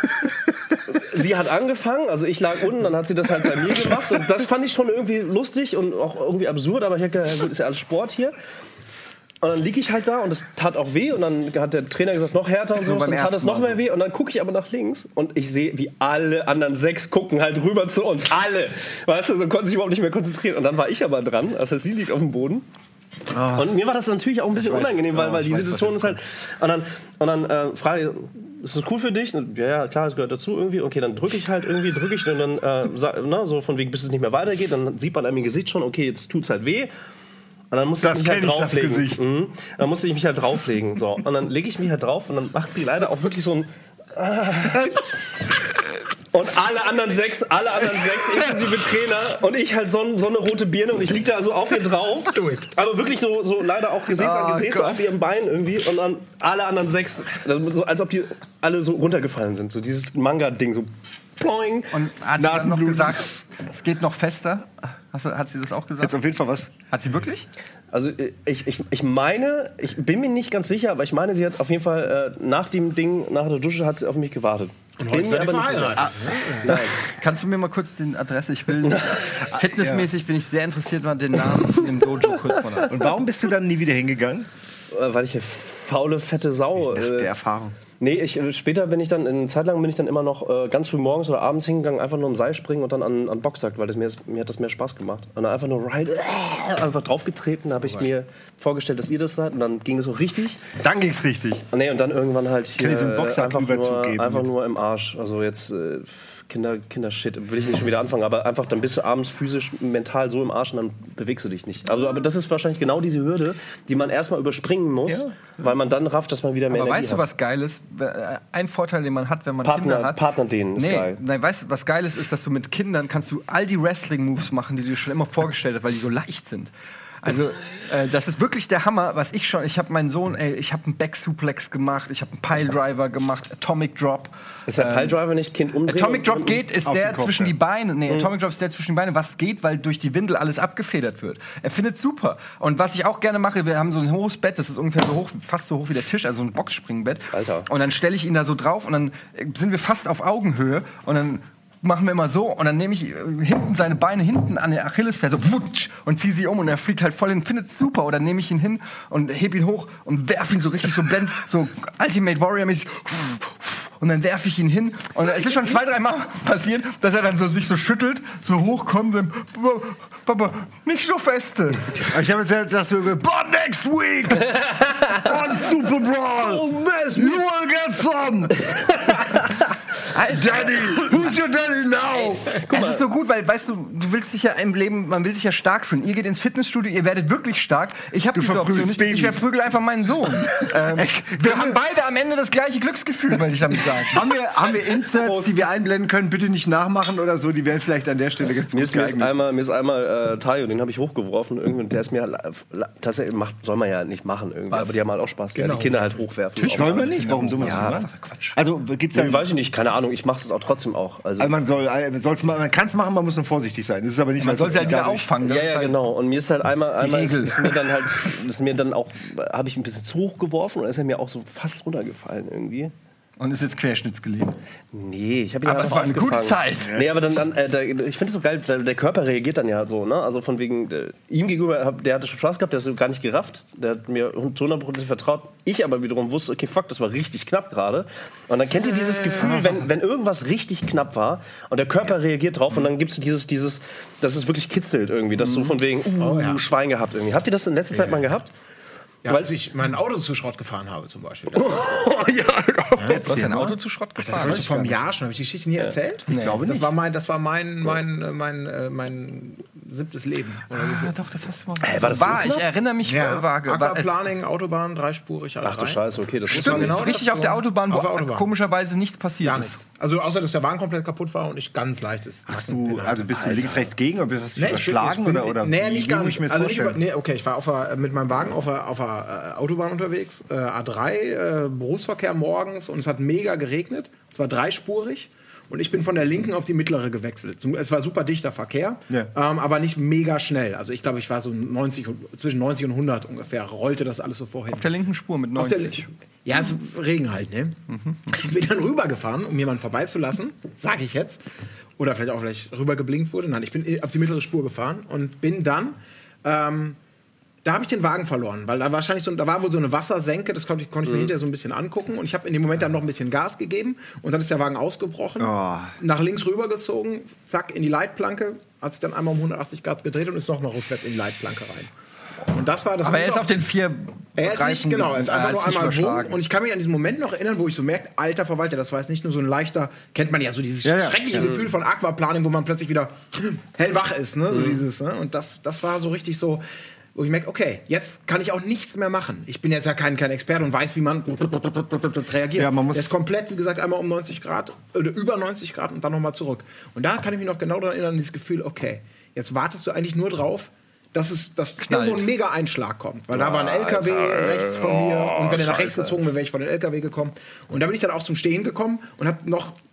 sie hat angefangen, also ich lag unten, dann hat sie das halt bei mir gemacht und das fand ich schon irgendwie lustig und auch irgendwie absurd, aber ich hab gedacht, ja gut, ist ja alles Sport hier. Und dann lieg ich halt da und es tat auch weh und dann hat der Trainer gesagt, noch härter und so, beim dann tat ersten es noch Mal mehr so. weh und dann gucke ich aber nach links und ich sehe, wie alle anderen sechs gucken halt rüber zu uns, alle. Weißt du, so konnten sich überhaupt nicht mehr konzentrieren und dann war ich aber dran, das heißt, sie liegt auf dem Boden. Und mir war das natürlich auch ein bisschen unangenehm, weil, weil die Situation ist halt. Und dann, und dann äh, frage ich, ist das cool für dich? Und, ja, ja, klar, das gehört dazu irgendwie. Okay, dann drücke ich halt irgendwie, drücke ich und dann, äh, sa- na, so von wegen, bis es nicht mehr weitergeht. Dann sieht man an meinem Gesicht schon, okay, jetzt tut's halt weh. Und dann musste Das ich mich halt kenn ich, das drauflegen. Gesicht. Mhm. Dann musste ich mich halt drauflegen. So. Und dann lege ich mich halt drauf und dann macht sie leider auch wirklich so ein. Und alle anderen sechs, alle anderen sechs, inklusive Trainer und ich halt so, ein, so eine rote Birne und ich lieg da so auf ihr drauf. Aber wirklich so, so leider auch Gesäß an Oh Gesäß so Gott. auf ihrem Bein irgendwie und dann alle anderen sechs, so, als ob die alle so runtergefallen sind. So dieses Manga-Ding, so ploing. Und hat sie dann noch Nasenbluten. gesagt, Es geht noch fester. Hast du, hat sie das auch gesagt? Jetzt auf jeden Fall was. Hat sie wirklich? Also ich, ich, ich meine, ich bin mir nicht ganz sicher, aber ich meine, sie hat auf jeden Fall äh, nach dem Ding, nach der Dusche hat sie auf mich gewartet. Und heute Bin seid mir ihr aber nicht verheiratet. sicher. Nein. Kannst du mir mal kurz die Adresse? Ich will. Fitnessmäßig bin ich sehr interessiert, mal den Namen im Dojo kurz mal. Und warum bist du dann nie wieder hingegangen? Äh, weil ich eine faule, fette Sau. Das ist Äh, der Erfahrung. nee, ich, äh, später bin ich dann, eine Zeit lang bin ich dann immer noch äh, ganz früh morgens oder abends hingegangen, einfach nur im Seil springen und dann an, an Boxsack, weil das mir, mir hat das mehr Spaß gemacht. Und dann einfach nur right, äh, einfach draufgetreten, habe ich mir vorgestellt, dass ihr das seid und dann ging das so richtig. Dann ging's richtig. Nee, und dann irgendwann halt hier Kann ich so einen Boxsack einfach, überzugeben? nur, einfach nur im Arsch. Also jetzt äh, Kinder, Kindershit, will ich nicht schon wieder anfangen, aber einfach dann bist du abends physisch, mental so im Arsch und dann bewegst du dich nicht. Also, aber das ist wahrscheinlich genau diese Hürde, die man erstmal überspringen muss, Ja. weil man dann rafft, dass man wieder mehr Aber Energie weißt du, hat. was geil ist? Ein Vorteil, den man hat, wenn man Kinder Partner, hat. Partner dehnen ist Nee, geil. nein, weißt du, was geil ist, ist, dass du mit Kindern kannst du all die Wrestling-Moves machen, die du dir schon immer vorgestellt hast, weil die so leicht sind. Also, äh, das ist wirklich der Hammer, was ich schon, ich habe meinen Sohn, ey, ich habe einen Back-Suplex gemacht, ich habe einen Piledriver gemacht, Atomic Drop. Ist der Piledriver nicht Kind umdrehen? Atomic Drop geht, ist Auf der den Kopf, zwischen ja. die Beine. Nee, Atomic Drop ist der zwischen die Beine, was geht, weil durch die Windel alles abgefedert wird. Er findet super. Und was ich auch gerne mache, wir haben so ein hohes Bett, das ist ungefähr so hoch, fast so hoch wie der Tisch, also ein Boxspringbett. Alter. Und dann stelle ich ihn da so drauf und dann sind wir fast auf Augenhöhe und dann machen wir immer so und dann nehme ich äh, hinten seine Beine hinten an der Achillesferse so, wutsch, und ziehe sie um und er fliegt halt voll hin, findet es super. Oder nehme ich ihn hin und heb ihn hoch und werf ihn so richtig so Ben, so Ultimate Warrior mäßig und dann werfe ich ihn hin und es ist schon zwei, drei Mal passiert, dass er dann so sich so schüttelt, so hochkommt und Papa, Papa, nicht so feste. Ich habe jetzt gesagt, dass du but next week on Super Brawl, Oh, Mess, you will get some. Daddy, who's your daddy now? Es ist so gut, weil, weißt du, du willst dich ja im Leben, man will sich ja stark fühlen. Ihr geht ins Fitnessstudio, ihr werdet wirklich stark. Ich habe Du diese Option verprügelst nicht. Ich Babys. verprügel einfach meinen Sohn. ähm, wir haben beide am Ende das gleiche Glücksgefühl, wollte ich damit sagen. Haben wir, haben wir Inserts, die wir einblenden können? Bitte nicht nachmachen oder so. Die wären vielleicht an der Stelle ganz Mir gut ist, mir ist geeignet. einmal, mir ist einmal äh, Tayo, den habe ich hochgeworfen irgendwie, und der ist mir la- la- tatsächlich macht, soll man ja nicht machen irgendwie, aber die haben halt auch Spaß. Ja, die Kinder halt hochwerfen. Tisch wollen wir nicht. Warum soll man Ja, das das machen? Also gibt's Nee, ja, weiß ich nicht, keine Ahnung, ich mache es auch trotzdem auch. Also, also man soll, soll's mal, man kann es machen, man muss nur vorsichtig sein. Das ist aber nicht. Man soll sie halt wieder dadurch- auffangen. das ja, ist ja, halt- genau. Und mir ist halt einmal, einmal ist, Regel. ist mir dann halt, ist mir dann auch, habe ich ein bisschen zu hoch geworfen und ist er mir auch so fast runtergefallen irgendwie. Und ist jetzt querschnittsgelähmt. Nee, ich habe ihn Aber einfach es war eine gute aufgefangen. Zeit. Nee, aber dann, dann äh, der, ich finde es so geil, der, der Körper reagiert dann ja so, ne? Also von wegen, der, ihm gegenüber, hab, der hatte Spaß gehabt, der ist so gar nicht gerafft, der hat mir zu hundert Prozent vertraut. Ich aber wiederum wusste, okay, fuck, das war richtig knapp gerade. Und dann kennt ihr dieses Gefühl, wenn, wenn irgendwas richtig knapp war und der Körper reagiert drauf und dann gibt es dieses, dieses, dass es wirklich kitzelt irgendwie, das so von wegen, uh, Oh, ja. Schwein gehabt irgendwie. Habt ihr das in letzter Zeit mal gehabt? Ja, Weil- als ich mein Auto zu Schrott gefahren habe zum Beispiel. Oh, ja, Du hast dein Auto zu Schrott Das gefahren. war vor einem Jahr schon. Habe ich die Geschichte nie erzählt? Ich glaube nicht. Das war mein, das war mein, mein, äh, mein, äh, mein siebtes Leben. Oder wie viel? Ah, doch, das hast du mal Äh, war das war, so ich knapp? erinnere mich Ja, vage. War- Aquaplaning, Autobahn, dreispurig, alles Ach du rein. Scheiße, okay, das Stimmt, genau richtig das auf der so. Autobahn, wo Auf der Autobahn. komischerweise nichts passiert Gar ist. nichts. Also außer, dass der Wagen komplett kaputt war und ich ganz leichtes. Hast du, also bist du links, rechts gegen oder bist du Nee, ich bin- überschlagen ich bin, oder, oder nee, wie- nicht wie ganz. muss ich mir das Also nicht über, vorstellen? nee, okay, ich war auf der, mit meinem Wagen auf der, auf der äh, Autobahn unterwegs, äh, A drei, äh, Berufsverkehr morgens und es hat mega geregnet. Es war dreispurig und ich bin von der linken auf die mittlere gewechselt. Zum- Es war super dichter Verkehr, Ja. ähm, aber nicht mega schnell. Also ich glaube, ich war so neunzig, und- zwischen neunzig und hundert ungefähr, rollte das alles so vorhin. Auf der linken Spur mit Auf der neunzig. Li- ja, es Regen halt, ne? Bin dann rübergefahren, um jemanden vorbeizulassen, sage ich jetzt. Oder vielleicht auch vielleicht rübergeblinkt wurde. Nein, ich bin auf die mittlere Spur gefahren und bin dann, ähm, da habe ich den Wagen verloren, weil da wahrscheinlich so, da war wohl so eine Wassersenke, das konnte ich, konnte ich mir hinterher so ein bisschen angucken und ich habe in dem Moment dann noch ein bisschen Gas gegeben und dann ist der Wagen ausgebrochen, Oh. nach links rübergezogen, zack, in die Leitplanke, hat sich dann einmal um hundertachtzig Grad gedreht und ist nochmal rückwärts in die Leitplanke rein. Und das war das. Aber er ist auf den vier Er ist nicht, Reifen genau, er ist einfach äh, nur ist nicht einmal überschlagen. boom. Und ich kann mich an diesen Moment noch erinnern, wo ich so merke, alter Verwalter, das war jetzt nicht nur so ein leichter, kennt man ja so dieses Ja, ja. schreckliche Gefühl von Aquaplaning, wo man plötzlich wieder hellwach ist, ne? So dieses, ne? Und das, das war so richtig so, wo ich merke, okay, jetzt kann ich auch nichts mehr machen. Ich bin jetzt ja kein, kein Experte und weiß, wie man reagiert. Ja, man muss- Der ist komplett, wie gesagt, einmal um neunzig Grad oder über neunzig Grad und dann nochmal zurück. Und da kann ich mich noch genau daran erinnern, dieses Gefühl, okay, jetzt wartest du eigentlich nur drauf, dass es dass Knallt. irgendwo ein Mega-Einschlag kommt. Weil da war ein L K W rechts von mir und wenn er nach rechts gezogen wäre, wäre ich vor den L K W gekommen. Und da bin ich dann auch zum Stehen gekommen und habe noch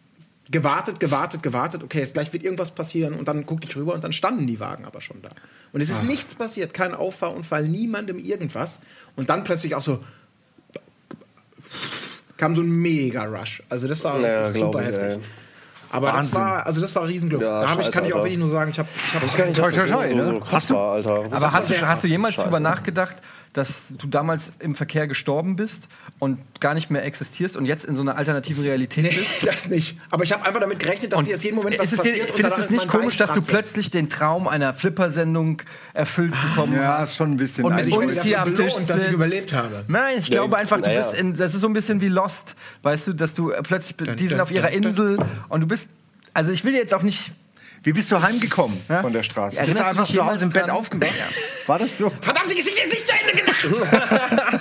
gewartet, gewartet, gewartet. Okay, jetzt gleich wird irgendwas passieren. Und dann gucke ich rüber und dann standen die Wagen aber schon da. Und es ist Ach. nichts passiert. Kein Auffahrunfall, niemandem irgendwas. Und dann plötzlich auch so kam so ein Mega-Rush. Also das war ja, super ich, heftig. ey. Aber Wahnsinn. das war, also das war Riesenglück. Ja, da hab ich, scheiße, kann ich auch Alter. wirklich nur sagen, ich habe ich hab Das kann ich Toi, nicht, toi, dass toi, das ne? so, so krass war, Alter. Was Aber ist hast das? du, hast du jemals Scheiße. drüber nachgedacht, dass du damals im Verkehr gestorben bist und gar nicht mehr existierst und jetzt in so einer alternativen Realität Nee, bist? das nicht. Aber ich habe einfach damit gerechnet, dass Und hier jetzt jeden Moment was ist es dir, passiert. und findest du danach es nicht ist mein komisch, Bein dass du kratze. plötzlich den Traum einer Flipper-Sendung erfüllt bekommen Ja, hast? ist schon ein bisschen. Und mit Also ich uns werde hier dafür am Tisch belohnt, dass ich sitzt. überlebt habe. Nein, ich glaube einfach, du naja. bist in, das ist so ein bisschen wie Lost, weißt du, dass du äh, plötzlich, die sind dun, auf ihrer dun, dun. Insel und du bist, also ich will dir jetzt auch nicht. Wie bist du heimgekommen Ja? von der Straße? Erinnerst Bist du du einfach dich zu Hause im jemals Bett dran? aufgewacht? War das so? Verdammt, die Geschichte ist nicht zu Ende gedacht!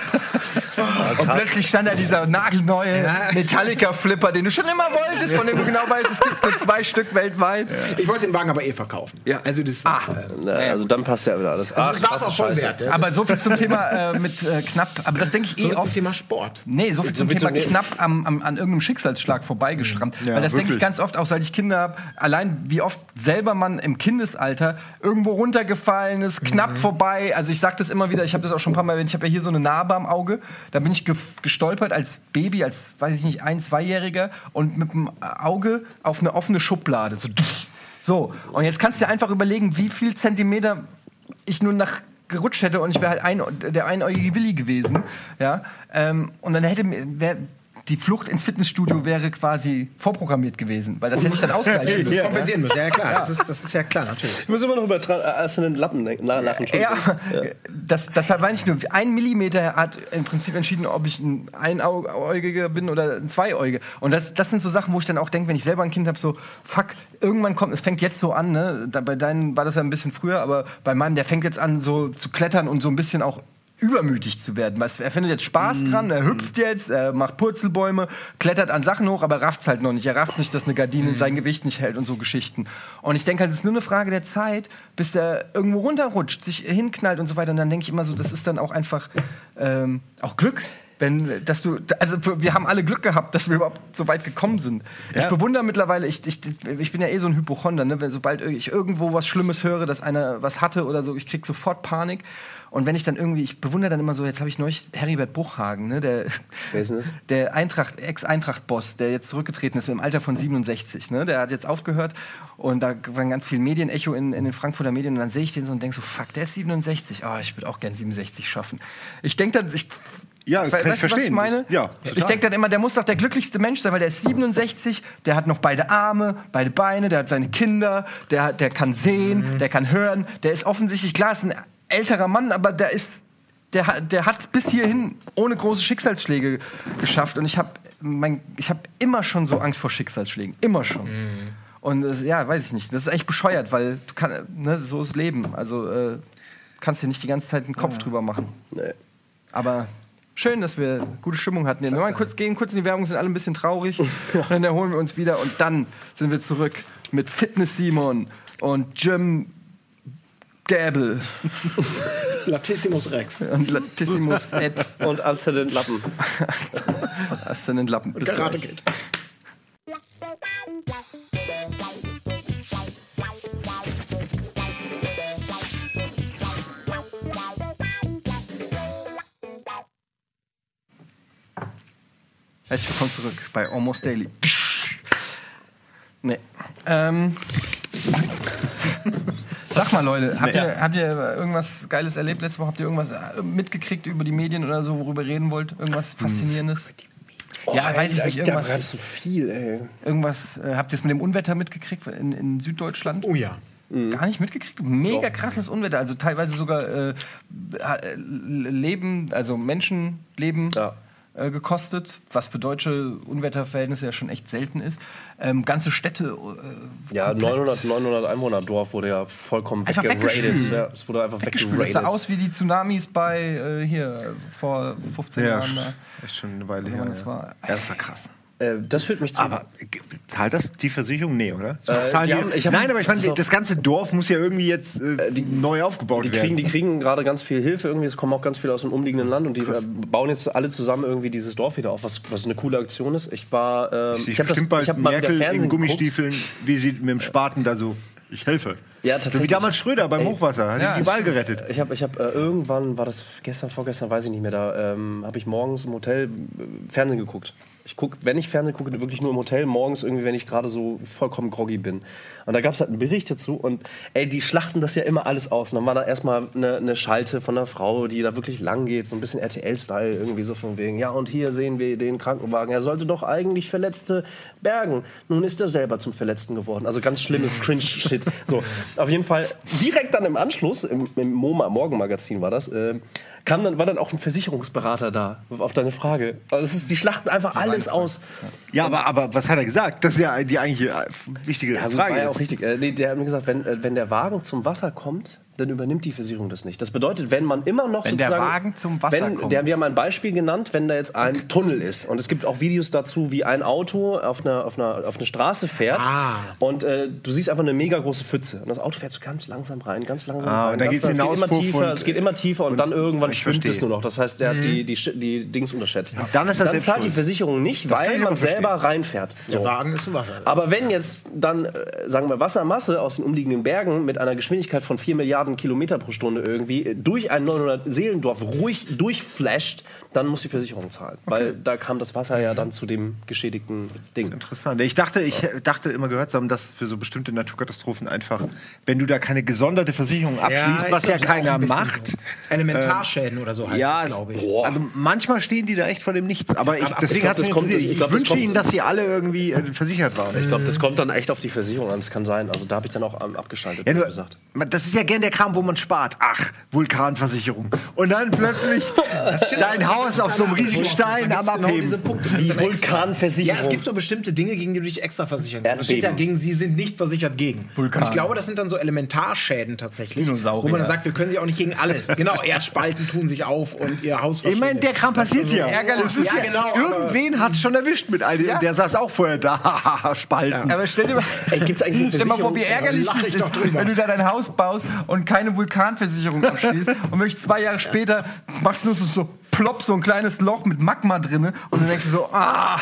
Und plötzlich stand da dieser nagelneue Metallica-Flipper, den du schon immer wolltest, von dem du genau weißt, es gibt nur zwei Stück weltweit. Ich wollte den Wagen aber eh verkaufen. Ja, also das war, Ah. Na, also dann passt ja wieder alles. also das war es krasse auch voll Scheiße. wert. Ja. Aber so viel zum Thema äh, mit äh, knapp, aber das denke ich so eh zum oft. Thema Sport. Nee, so viel zum viel Thema zum- knapp am, am, an irgendeinem Schicksalsschlag vorbeigeschrammt. Ja, Weil das denke ich wirklich. ganz oft, auch seit ich Kinder habe, allein wie oft selber man im Kindesalter irgendwo runtergefallen ist, knapp vorbei. Also ich sage das immer wieder, ich habe das auch schon ein paar Mal erwähnt, ich habe ja hier so eine Narbe am Auge. Da bin ich ge gestolpert als Baby, als, weiß ich nicht, ein-, zweijähriger und mit dem Auge auf eine offene Schublade. So, so. Und jetzt kannst du dir einfach überlegen, wie viel Zentimeter ich nur nach gerutscht hätte und ich wäre halt ein, der einäugige Willi gewesen, ja, ähm, und dann hätte mir wär, die Flucht ins Fitnessstudio wäre quasi vorprogrammiert gewesen, weil das hätte ich dann ausgleichen müssen. Das kompensieren müssen. Ja, ja klar. Das, ist, das ist ja klar, natürlich. Ich muss immer noch über einzelnen Lappen denken- la- lachen. Ja, das, deshalb meine ich nur, ein Millimeter hat im Prinzip entschieden, ob ich ein Einäugiger bin oder ein Zweiäugiger. Und das, das sind so Sachen, wo ich dann auch denke, wenn ich selber ein Kind habe, so, fuck, irgendwann kommt, es fängt jetzt so an, ne? Da, bei deinen war das ja ein bisschen früher, aber bei meinem, der fängt jetzt an, so zu klettern und so ein bisschen auch übermütig zu werden. Weißt, er findet jetzt Spaß dran, er hüpft jetzt, er macht Purzelbäume, klettert an Sachen hoch, aber rafft's halt noch nicht. Er rafft nicht, dass eine Gardine sein Gewicht nicht hält und so Geschichten. Und ich denke halt, es ist nur eine Frage der Zeit, bis der irgendwo runterrutscht, sich hinknallt und so weiter. Und dann denke ich immer so, das ist dann auch einfach ähm, auch Glück. Wenn, dass du, also wir haben alle Glück gehabt, dass wir überhaupt so weit gekommen sind. Ja. Ich bewundere mittlerweile, ich, ich, ich bin ja eh so ein Hypochonder, ne? Wenn, sobald ich irgendwo was Schlimmes höre, dass einer was hatte oder so, ich krieg sofort Panik. Und wenn ich dann irgendwie, ich bewundere dann immer so, jetzt habe ich neulich Heribert Bruchhagen, ne? der, Wer ist denn das? der Eintracht, Ex-Eintracht-Boss, der jetzt zurückgetreten ist im Alter von siebenundsechzig. Ne? Der hat jetzt aufgehört und da war ganz viel Medienecho in, in den Frankfurter Medien und dann sehe ich den so und denke so, fuck, der ist siebenundsechzig, oh, ich würde auch gern siebenundsechzig schaffen. Ich denke dann, ich Ja, das We- kann ich weißt du, was verstehen. ich meine? Das- ja, ich total. denke dann immer, der muss doch der glücklichste Mensch sein, weil der ist siebenundsechzig, der hat noch beide Arme, beide Beine, der hat seine Kinder, der, hat- der kann sehen, der kann hören, der ist offensichtlich, klar, ist ein älterer Mann, aber der ist, der, hat- der hat bis hierhin ohne große Schicksalsschläge geschafft und ich habe mein, ich habe immer schon so Angst vor Schicksalsschlägen, immer schon. Und äh, ja, weiß ich nicht, das ist eigentlich bescheuert, weil du kannst, ne, so ist Leben, also äh, kannst dir nicht die ganze Zeit einen Kopf drüber machen. Nee. Aber schön, dass wir gute Stimmung hatten. Wir mal kurz gehen, kurz in die Werbung, sind alle ein bisschen traurig. Dann erholen wir uns wieder und dann sind wir zurück mit Fitness Simon und Jim Gäbel Latissimus Rex. und Latissimus Ed. Und Anzahl den Lappen. Hast du den Lappen? Bis Karate gleich. Kid. Herzlich willkommen zurück bei Almost Daily. Nee. Ähm. Sag mal, Leute, habt ihr, habt ihr irgendwas Geiles erlebt letzte Woche? Habt ihr irgendwas äh, mitgekriegt über die Medien oder so, worüber ihr reden wollt? Irgendwas Faszinierendes? ja, weiß ich nicht. Da Irgendwas, bremst du viel, ey. irgendwas äh, habt ihr es mit dem Unwetter mitgekriegt in, in Süddeutschland? Oh ja. Gar nicht mitgekriegt? Mega krasses Unwetter. Also teilweise sogar äh, äh, Leben, also Menschenleben Ja. äh, gekostet, was für deutsche Unwetterverhältnisse ja schon echt selten ist. Ähm, ganze Städte. Äh, Ja, komplett neunhundert, neunhundert Einwohner-Dorf wurde ja vollkommen Einfach weggeradet. weggespült. Ja, es wurde einfach weggespült. Das sah weggeradet. aus wie die Tsunamis bei äh, hier äh, vor fünfzehn Ja, Jahren. Da. echt schon eine Weile Ja, her. das, Ja. war, ja, das war krass. Äh, das führt mich zu. Aber g- Zahlt das die Versicherung? Nee, oder? Äh, Zahlen die die, haben- ich hab- nein, aber ich meine, also- das ganze Dorf muss ja irgendwie jetzt äh, die- neu aufgebaut Die werden. kriegen, die kriegen gerade ganz viel Hilfe irgendwie. Es kommen auch ganz viele aus dem umliegenden Land und die äh, bauen jetzt alle zusammen irgendwie dieses Dorf wieder auf, was, was eine coole Aktion ist. Ich war, ähm, ich ich habe bestimmt bald hab mal wieder Merkel in Fernsehen geguckt. Gummistiefeln, wie sie mit dem Spaten da so, ich helfe. Ja, So tatsächlich. wie damals Schröder beim Ey, Hochwasser, hat ja. die Ball gerettet. Ich habe ich hab, äh, irgendwann, war das gestern, vorgestern, weiß ich nicht mehr, da ähm, habe ich morgens im Hotel äh, Fernsehen geguckt. Ich gucke, wenn ich Fernsehen gucke, wirklich nur im Hotel, morgens irgendwie, wenn ich gerade so vollkommen groggy bin. Und da gab es halt einen Bericht dazu und ey, die schlachten das ja immer alles aus. Und dann war da erstmal eine, eine Schalte von einer Frau, die da wirklich lang geht, so ein bisschen R T L-Style, irgendwie so von wegen, ja und hier sehen wir den Krankenwagen, er sollte doch eigentlich Verletzte bergen. Nun ist er selber zum Verletzten geworden. Also ganz schlimmes Cringe-Shit. So, auf jeden Fall, direkt dann im Anschluss, im, im MoMA Morgenmagazin war das, äh, kam dann, war dann auch ein Versicherungsberater da, auf deine Frage. Also das ist, die schlachten einfach alles aus. Ja, aber, aber was hat er gesagt? Das ist ja die eigentliche äh, wichtige Ja, Frage. war ja jetzt. auch richtig. Äh, nee, der hat mir gesagt, wenn, äh, wenn der Wagen zum Wasser kommt, dann übernimmt die Versicherung das nicht. Das bedeutet, wenn man immer noch Wenn der sozusagen... Wagen zum Wasser wenn, kommt. Der, wir haben ein Beispiel genannt, wenn da jetzt ein Tunnel ist. Und es gibt auch Videos dazu, wie ein Auto auf eine, auf eine, auf eine Straße fährt. Ah. Und äh, du siehst einfach eine mega große Pfütze. Und das Auto fährt so ganz langsam rein, ganz langsam Ah, rein. und dann ganz geht's in den langsam. es geht immer Auspuff tiefer, und- es geht immer tiefer und, und- dann irgendwann ich schwimmt verstehe. es nur noch. Das heißt, der hat die, die, Sch- die Dings unterschätzt. Dann ist er selbst zahlt die schuld. Versicherung nicht, Das kann weil ich man aber verstehen. selber reinfährt. Der So. Wagen ist im Wasser. Aber wenn jetzt dann, äh, sagen wir, Wassermasse aus den umliegenden Bergen mit einer Geschwindigkeit von vier Milliarden Kilometer pro Stunde irgendwie äh, durch ein neunhundert Seelendorf ruhig durchflasht, dann muss die Versicherung zahlen. Weil da kam das Wasser ja dann zu dem geschädigten Ding. Interessant. Ich dachte, ich dachte immer gehört zu haben, dass für so bestimmte Naturkatastrophen einfach, wenn du da keine gesonderte Versicherung abschließt, ist, was ja glaub ich, auch keiner ein bisschen macht. so. Elementarschäden oder so heißt Ja, das, es- glaube ich. Boah. also manchmal stehen die da echt vor dem Nichts. Aber ich, Aber deswegen ich glaub, hat's das mich kommt- interessiert. ich Ich, glaub, das wünsche kommt- Ihnen, dass Sie alle irgendwie äh, versichert waren. Ich glaube, das kommt dann echt auf die Versicherung an. Das kann sein. Also da habe ich dann auch ähm, abgeschaltet, Ja, wie nur, gesagt. man- das ist ja gern der Kram, wo man spart. Ach, Vulkanversicherung. Und dann plötzlich dein Haus auf so einem riesigen Stein am Genau diese Abheben. Punkte. Die Dann extra. Vulkanversicherung. Ja, es gibt so bestimmte Dinge, gegen die du dich extra versichern kannst. Da steht Erdbeben. dagegen, sie sind nicht versichert gegen. Vulkan. Und ich glaube, das sind dann so Elementarschäden tatsächlich. Dinosaurier. Wo man dann sagt, wir können sie auch nicht gegen alles. Genau, Erdspalten tun sich auf und ihr Haus Ich meine, der Kram passiert ja. ärgerlich. Es ist Ja, ja, genau, aber- irgendwen hat es schon erwischt mit all dem. Ja. Der saß auch vorher da. Spalten. Aber stell dir mal, Ey, gibt's eigentlich eine stell dir mal vor, wie Versicherung? ärgerlich Lach das ich ist, doch drüber. wenn du da dein Haus baust und keine Vulkanversicherung abschließt und wirklich zwei Jahre später machst du nur so, so plopp, so ein kleines Loch mit Magma drin und dann denkst du so, ah,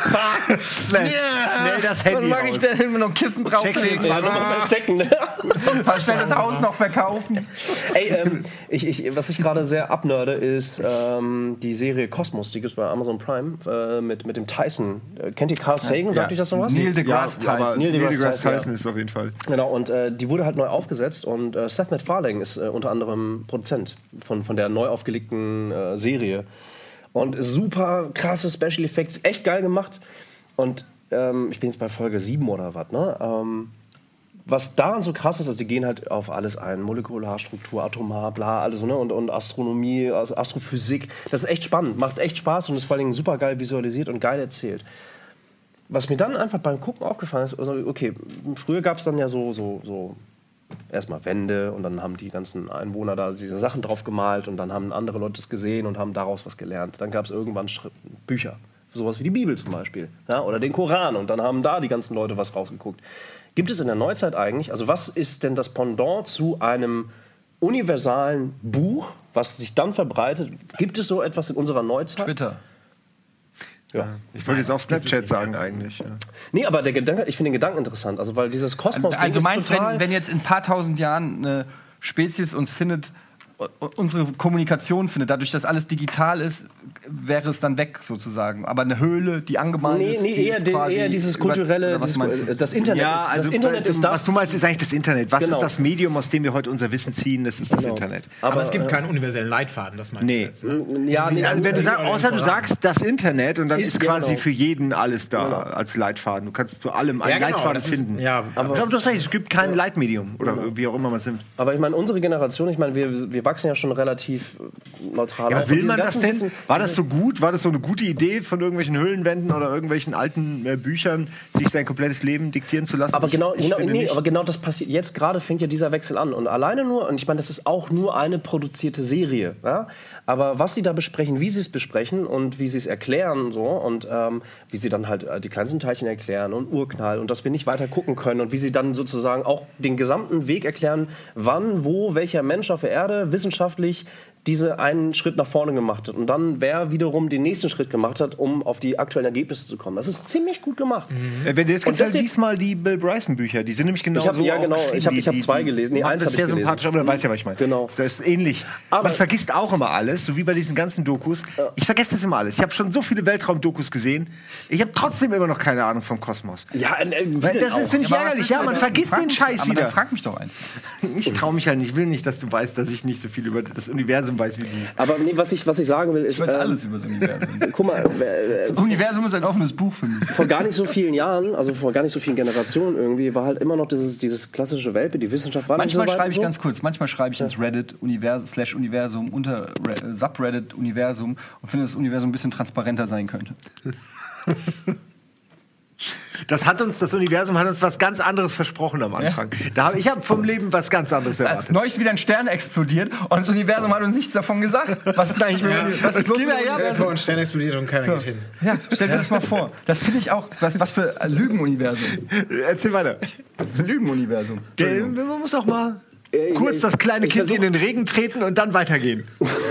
Nee, nee, das Handy dann mach ich raus. da immer noch ein Kissen drauflegen, Ja, noch mal verstecken. Ne? schnell das Haus noch verkaufen. Ey, ähm, ich, ich, was ich gerade sehr abnörde, ist ähm, die Serie Kosmos, die gibt es bei Amazon Prime, äh, mit, mit dem Tyson. Äh, kennt ihr Carl Sagan? Sagt euch das noch was? Neil deGrasse Ja, aber Tyson. Neil Neil deGrasse deGrasse Tyson Tyson, ist auf jeden Fall. Genau, und äh, die wurde halt neu aufgesetzt und äh, Seth MacFarlane ist äh, unter anderem Produzent von, von der neu aufgelegten äh, Serie. Und super krasse Special Effects, echt geil gemacht. Und ähm, ich bin jetzt bei Folge sieben oder was, ne? Ähm, was daran so krass ist, also die gehen halt auf alles ein, Molekularstruktur, Atomar, bla, alles so, ne? und, und Astronomie, also Astrophysik. Das ist echt spannend, macht echt Spaß und ist vor allen Dingen super geil visualisiert und geil erzählt. Was mir dann einfach beim Gucken aufgefallen ist, also okay, früher gab es dann ja so, so, so erstmal Wände und dann haben die ganzen Einwohner da diese Sachen drauf gemalt und dann haben andere Leute das gesehen und haben daraus was gelernt. Dann gab es irgendwann Schrift, Bücher, sowas wie die Bibel zum Beispiel, ja? Oder den Koran und dann haben da die ganzen Leute was rausgeguckt. Gibt es in der Neuzeit eigentlich, also was ist denn das Pendant zu einem universalen Buch, was sich dann verbreitet? Gibt es so etwas in unserer Neuzeit? Twitter. Ja. Ich wollte jetzt auf Snapchat sagen eigentlich. Ja. Nee, aber der Gedanke, ich finde den Gedanken interessant, also weil dieses Kosmos Also du ist meinst, total wenn, wenn jetzt in ein paar tausend Jahren eine Spezies uns findet, unsere Kommunikation findet, dadurch, dass alles digital ist, wäre es dann weg sozusagen. Aber eine Höhle, die angemalt Nee, ist, nee, die eher, ist den, quasi eher dieses über- kulturelle, oder was dieses, meinst du? das Internet, Ja, ist, also das Internet äh, ist das. was du meinst, ist eigentlich das Internet. Was Genau. ist das Medium, aus dem wir heute unser Wissen ziehen? Das ist das Genau. Internet. Aber es gibt keinen universellen Leitfaden, das meinst Nee. du jetzt. Ne? Ja, nee, Also wenn du sagst, außer du sagst das Internet und dann ist, Ist, quasi genau. für jeden alles da Genau. als Leitfaden. Du kannst zu allem einen Ja, genau, Leitfaden das ist- finden. ja, aber ich glaube, du hast recht, es gibt kein Leitmedium oder wie auch immer man es nimmt. Aber ich meine, unsere Generation, ich meine, wir, wir wachsen ja schon relativ neutral Ja, auf. will Und man diese das ganzen denn? Wissen- War das so gut? War das so eine gute Idee von irgendwelchen Höhlenwänden oder irgendwelchen alten äh, Büchern, sich sein komplettes Leben diktieren zu lassen? Aber Ich- genau, ich genau, finde nee, nicht. aber genau das passiert. Jetzt gerade fängt ja dieser Wechsel an. Und alleine nur, und ich meine, das ist auch nur eine produzierte Serie. Ja? Aber was sie da besprechen, wie sie es besprechen und wie sie es erklären so, und ähm, wie sie dann halt äh, die kleinsten Teilchen erklären und Urknall und dass wir nicht weiter gucken können und wie sie dann sozusagen auch den gesamten Weg erklären, wann, wo, welcher Mensch auf der Erde wissenschaftlich diese einen Schritt nach vorne gemacht hat und dann wer wiederum den nächsten Schritt gemacht hat, um auf die aktuellen Ergebnisse zu kommen. Das ist ziemlich gut gemacht. Äh, Wenn du jetzt Und gibt's das halt jetzt- diesmal die Bill Bryson Bücher, die sind nämlich genau Ich hab- so ja, auch genau. geschrieben. Ich hab- Die- ich hab die- zwei die gelesen. Nee, machen eins das hab ich sehr gelesen. sympathisch, aber du weißt ja, was ich meine. Genau. Das ist ähnlich. Aber- Man vergisst auch immer alles, so wie bei diesen ganzen Dokus. Ich vergesse das immer alles. Ich habe schon so viele Weltraumdokus gesehen. Ich habe trotzdem immer noch keine Ahnung vom Kosmos. Ja, äh, wie Weil denn das auch? ist, finde ich, Aber was ärgerlich. willst du Ja, denn man wissen? vergisst Frag den mich- Scheiß aber wieder. Dann frag mich doch einfach. Ich traue mich halt nicht. Ich will nicht, dass du weißt, dass ich nicht so viel über das Universum weiß wie du. Aber nee, was ich, was ich sagen will, ist. Ich weiß ähm, alles über das Universum. Guck mal, äh, Das Universum ist ein offenes Buch für mich. vor gar nicht so vielen Jahren, also vor gar nicht so vielen Generationen irgendwie, war halt immer noch dieses, dieses klassische Welpe, die Wissenschaft war Manchmal nicht so weit schreibe ich und so. ganz kurz, manchmal schreibe ich ins Reddit Univers slash Universum unter Re- Subreddit Universum und finde, dass das Universum ein bisschen transparenter sein könnte. Das hat uns, das Universum hat uns was ganz anderes versprochen am Anfang. Da hab, ich habe vom Leben was ganz anderes erwartet. Neulich ist wieder ein Stern explodiert und das Universum hat uns nichts davon gesagt. Was ist denn eigentlich mit Ja. was ist los mit dem Ja, ja, Wer Universum? vor ein Stern explodiert und keiner geht hin. Ja, stell dir das mal vor. Das finde ich auch, was, was für ein Lügenuniversum. Erzähl weiter. Lügenuniversum. Der, man muss doch mal Äh, kurz ich- das kleine ich Kind versuch- in den Regen treten und dann weitergehen.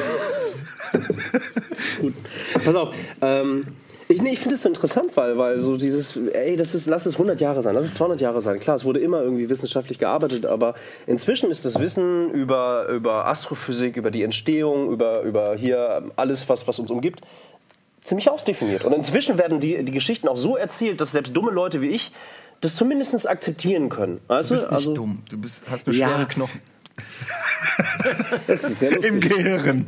Pass auf, ähm, ich, nee, ich finde das so interessant, weil, weil so dieses, ey, das ist, lass es hundert Jahre sein, lass es zweihundert Jahre sein. Klar, es wurde immer irgendwie wissenschaftlich gearbeitet, aber inzwischen ist das Wissen über, über Astrophysik, über die Entstehung, über, über hier alles, was, was uns umgibt, ziemlich ausdefiniert. Und inzwischen werden die, die Geschichten auch so erzählt, dass selbst dumme Leute wie ich das zumindest akzeptieren können. Weißt Du bist nicht also, dumm, du bist, hast nur Ja. schwere Knochen. Das ist sehr lustig. Im Gehirn.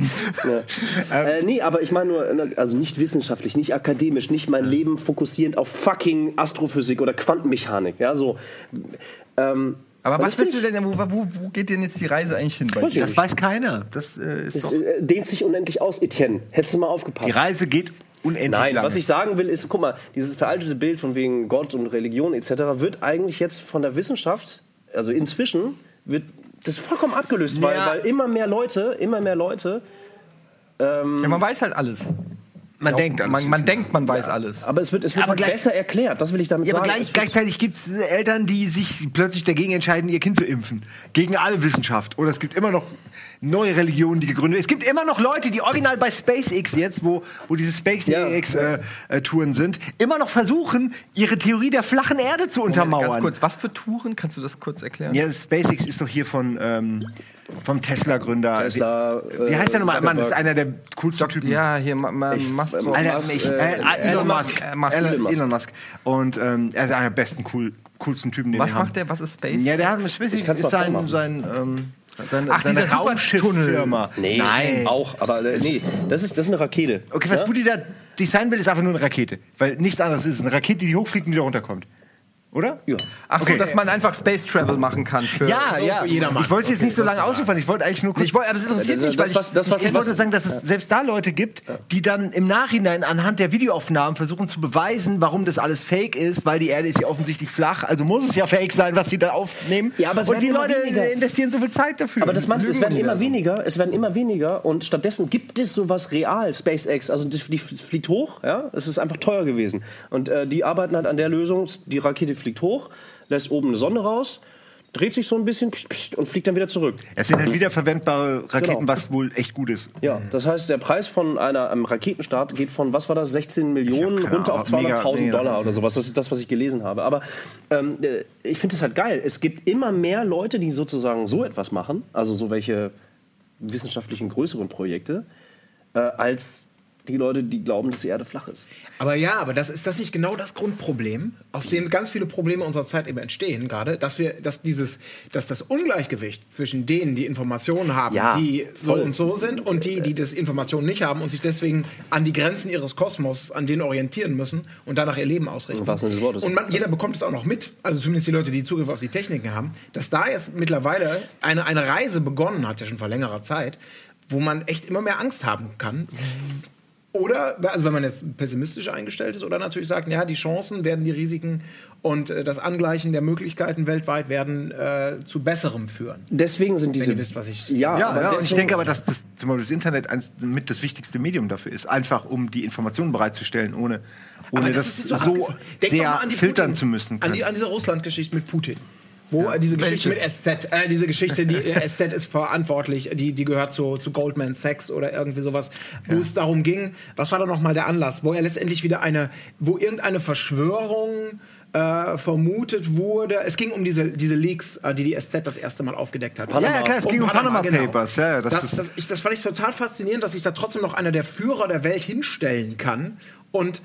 Ja. Äh, nee, aber ich meine nur, also nicht wissenschaftlich, nicht akademisch, nicht mein Leben fokussierend auf fucking Astrophysik oder Quantenmechanik. Ja, so. Ähm, Aber und was das willst du find denn, wo, wo, wo geht denn jetzt die Reise eigentlich hin bei Weiß dir? ich Das weiß keiner. Das äh, ist ich, doch. das äh, dehnt sich unendlich aus, Etienne. Hättest du mal aufgepasst. Die Reise geht unendlich Nein, lange. was ich sagen will, ist, guck mal, dieses veraltete Bild von wegen Gott und Religion et cetera wird eigentlich jetzt von der Wissenschaft, also inzwischen, wird das vollkommen abgelöst, weil, Ja. weil immer mehr Leute, immer mehr Leute, Ja, man weiß halt alles. man denkt, alles man, man wissen. denkt, man weiß alles. aber es wird, es wird Aber halt gleich- besser erklärt, das will ich damit Ja, aber sagen. gleich, Es wird- gleichzeitig gibt es Eltern, die sich plötzlich dagegen entscheiden, ihr Kind zu impfen. Gegen alle Wissenschaft. Oder es gibt immer noch neue Religionen, die gegründet werden. Es gibt immer noch Leute, die original bei SpaceX jetzt, wo, wo diese Ja. SpaceX-Touren sind, immer noch versuchen, ihre Theorie der flachen Erde zu untermauern. Ganz kurz, was für Touren? Kannst du das kurz erklären? Ja, SpaceX ist doch hier von ähm, vom Tesla-Gründer. Tesla, wie, wie heißt der äh, nochmal? Mann, das ist Zuckerberg. einer der coolsten Typen. Ja, hier Ma Ma Musk. ähm, Alter, Musk, ich, äh, äh, Elon, Elon Musk. Musk. Elon, Musk. Elon, Elon Musk. Und ähm, er ist einer der besten, cool, coolsten Typen, den Was wir haben. macht der? Was ist Space? Ja, der hat mit SpaceX kann's ist mal sein, vormachen. sein, ähm, sein, Ach, seine dieser Raumschifffirma. Nee, Nein. auch, aber äh, nee, das ist, das ist eine Rakete. Okay, was ja? Buddy da designen will, ist einfach nur eine Rakete. Weil nichts anderes ist. Eine Rakete, die hochfliegt und wieder runterkommt. Oder? Ja. Ach so, Okay. dass man einfach Space Travel machen kann. Für Ja, so ja. für jedermann. Ich wollte es jetzt Okay, nicht so lange sozusagen. ausufern. Ich wollte eigentlich nur kurz. Ich wollte, aber das interessiert Das- mich, weil das, was- ich, das, was- ich wollte sagen, dass es selbst da Leute gibt, die dann im Nachhinein anhand der Videoaufnahmen versuchen zu beweisen, warum das alles fake ist, weil die Erde ist ja offensichtlich flach, also muss es ja fake sein, was sie da aufnehmen. Ja, aber es und werden die immer Leute weniger. investieren so viel Zeit dafür. Aber das meinst du, es werden immer Lügenuniversum. weniger, es werden immer weniger und stattdessen gibt es sowas real, SpaceX, also die, die fliegt hoch, ja, es ist einfach teuer gewesen und äh, die arbeiten halt an der Lösung, die Rakete fliegt hoch, lässt oben eine Sonne raus, dreht sich so ein bisschen pst, pst, und fliegt dann wieder zurück. Es sind halt wiederverwendbare Raketen, Genau. was wohl echt gut ist. Ja, das heißt, der Preis von einer, einem Raketenstart geht von, was war das, sechzehn Millionen keine runter auf Ahnung. zweihunderttausend Mega, mega. Dollar oder sowas. Das ist das, was ich gelesen habe. Aber ähm, äh, ich finde es halt geil. Es gibt immer mehr Leute, die sozusagen so etwas machen, also so welche wissenschaftlichen größeren Projekte, äh, als die Leute, die glauben, dass die Erde flach ist. Aber ja, aber das ist das nicht genau das Grundproblem, aus dem ganz viele Probleme unserer Zeit eben entstehen, gerade, dass wir, dass dieses, dass das Ungleichgewicht zwischen denen, die Informationen haben, Ja, die so voll. und so sind, und die, die das Informationen nicht haben und sich deswegen an die Grenzen ihres Kosmos, an denen orientieren müssen und danach ihr Leben ausrichten. Im wahrsten Sinne des Wortes. Und man, jeder bekommt es auch noch mit, also zumindest die Leute, die Zugriff auf die Techniken haben, dass da jetzt mittlerweile eine, eine Reise begonnen hat, ja schon vor längerer Zeit, wo man echt immer mehr Angst haben kann. Oder, also wenn man jetzt pessimistisch eingestellt ist, oder natürlich sagt, ja, die Chancen werden die Risiken und äh, das Angleichen der Möglichkeiten weltweit werden äh, zu Besserem führen. Deswegen sind diese... Wenn ihr wisst, was ich... Ja, Ja, aber ja und ich deswegen- denke aber, dass das, zum Beispiel das Internet eins, mit das wichtigste Medium dafür ist, einfach um die Informationen bereitzustellen, ohne, ohne Aber das, ist mir so abgefahren. Denk doch sehr mal an die filtern Putin, zu müssen. An, Können. die, an diese Russland-Geschichte mit Putin. Wo äh, diese Geschichte mit S Z, äh, diese Geschichte, die äh, S Z ist verantwortlich, die, die gehört zu, zu Goldman Sachs oder irgendwie sowas, wo es darum ging, was war da nochmal der Anlass, wo er letztendlich wieder eine, wo irgendeine Verschwörung äh, vermutet wurde. Es ging um diese, diese Leaks, äh, die die S Z das erste Mal aufgedeckt hat. Ja, ja, klar, es ging um Panama genau. Papers. Ja, ja, das das, ist- das, ich, das fand ich total faszinierend, dass sich da trotzdem noch einer der Führer der Welt hinstellen kann und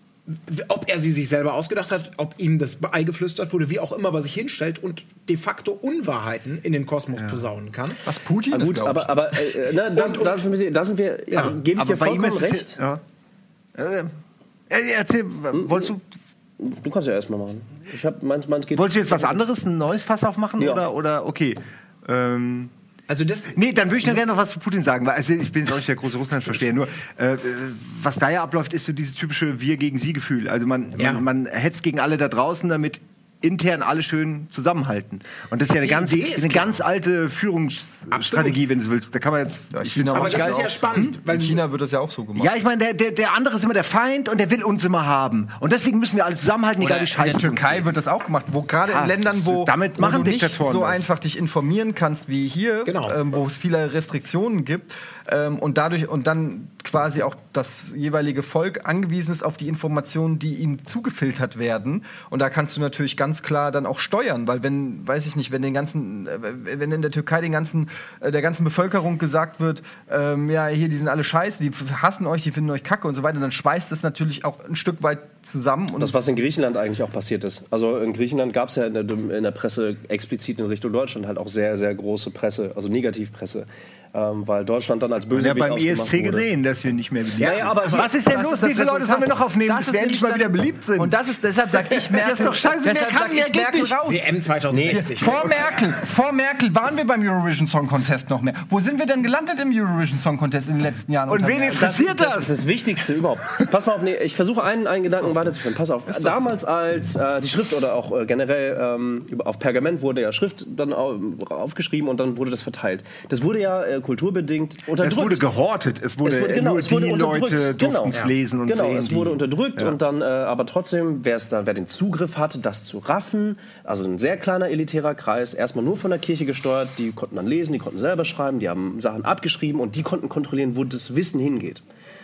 ob er sie sich selber ausgedacht hat, ob ihm das eingeflüstert wurde, wie auch immer, aber sich hinstellt und de facto Unwahrheiten in den Kosmos posaunen kann. Was Putin Ah, ist, gut, glaub ich. aber, aber äh, ne, da, Und- und- da, sind wir, da sind wir, Ja, ja, gebe ich aber dir bei ihm vollkommen ist es recht. ja, äh, äh, erzähl, wolltest du, Du kannst ja erstmal machen. Ich hab, meins, meins geht wolltest du jetzt was anderes, ein neues Fass aufmachen? Ja. Oder, oder okay. Ähm, Also das, Nee, dann würde ich nur gerne noch was zu Putin sagen, weil also ich bin jetzt auch nicht der große Russland-Versteher, nur äh, was da ja abläuft, ist so dieses typische Wir-gegen-Sie-Gefühl. Also man, Ja. man, man hetzt gegen alle da draußen, damit intern alle schön zusammenhalten. Und das ist ja eine Die ganz, Idee ist eine klar. ganz alte Führungsstrategie, wenn du so willst. Da kann man jetzt... Ja, ich China find's aber macht das ja ist auch. ja spannend, weil In China wird das ja auch so gemacht. ja, ich meine, der, der, der andere ist immer der Feind und der will uns immer haben. Und deswegen müssen wir alle zusammenhalten, egal Oder wie scheiße in der es uns Türkei geht. wird das auch gemacht, wo gerade Ah, in Ländern, das- wo, damit wo machen du nicht Diktatoren so das. einfach dich informieren kannst wie hier, Genau. ähm, wo es viele Restriktionen gibt ähm, und dadurch und dann quasi auch das jeweilige Volk angewiesen ist auf die Informationen, die ihnen zugefiltert werden. Und da kannst du natürlich ganz klar dann auch steuern, weil wenn, weiß ich nicht, wenn den ganzen, äh, wenn in der Türkei den ganzen, äh, der ganzen Bevölkerung gesagt wird, ähm, ja, hier, die sind alle scheiße, die hassen euch, die finden euch kacke und so weiter, dann schweißt das natürlich auch ein Stück weit zusammen. Und Das, was in Griechenland eigentlich auch passiert ist. Also in Griechenland gab es ja in der, in der Presse explizit in Richtung Deutschland halt auch sehr, sehr große Presse, also Negativpresse. Ähm, weil Deutschland dann als Man böse hat ja beim E S C gesehen, dass wir nicht mehr beliebt Ja, sind. ja, aber was ist denn das los? ist das Wie viele Leute Resultat. sollen wir noch aufnehmen, Das bis ist wir endlich nämlich mal wieder dann- beliebt sind? Und das ist, deshalb sag ich Merkel. Das ist doch scheiße, deshalb mehr kann, sag mehr ich geht Merkel nicht. raus. W M zwanzig sechzig. Vor Merkel, vor Merkel waren wir beim Eurovision Song Contest noch mehr. Wo sind wir denn gelandet im Eurovision Song Contest in den letzten Jahren? Und unter wen Merkel? interessiert Das ist das? das Wichtigste überhaupt. Pass mal auf, nee, ich versuche einen, einen Gedanken weiterzuführen. Pass auf. Damals, als äh, die Schrift oder auch äh, generell ähm, über- auf Pergament wurde ja Schrift dann au- aufgeschrieben und dann wurde das verteilt. Das wurde ja äh, kulturbedingt unterdrückt. Es wurde gehortet. Es wurde, Es wurde, genau, nur es wurde die unterdrückt. Leute durften Genau. es lesen und genau, sehen. es die- wurde unterdrückt Ja. und dann, äh, aber trotzdem, wer es da, wer den Zugriff hatte, das zu raffen, also ein sehr kleiner elitärer Kreis, erstmal nur von der Kirche gesteuert, die konnten dann lesen, die konnten selber schreiben, die haben Sachen abgeschrieben und die konnten kontrollieren, wo das Wissen hingeht.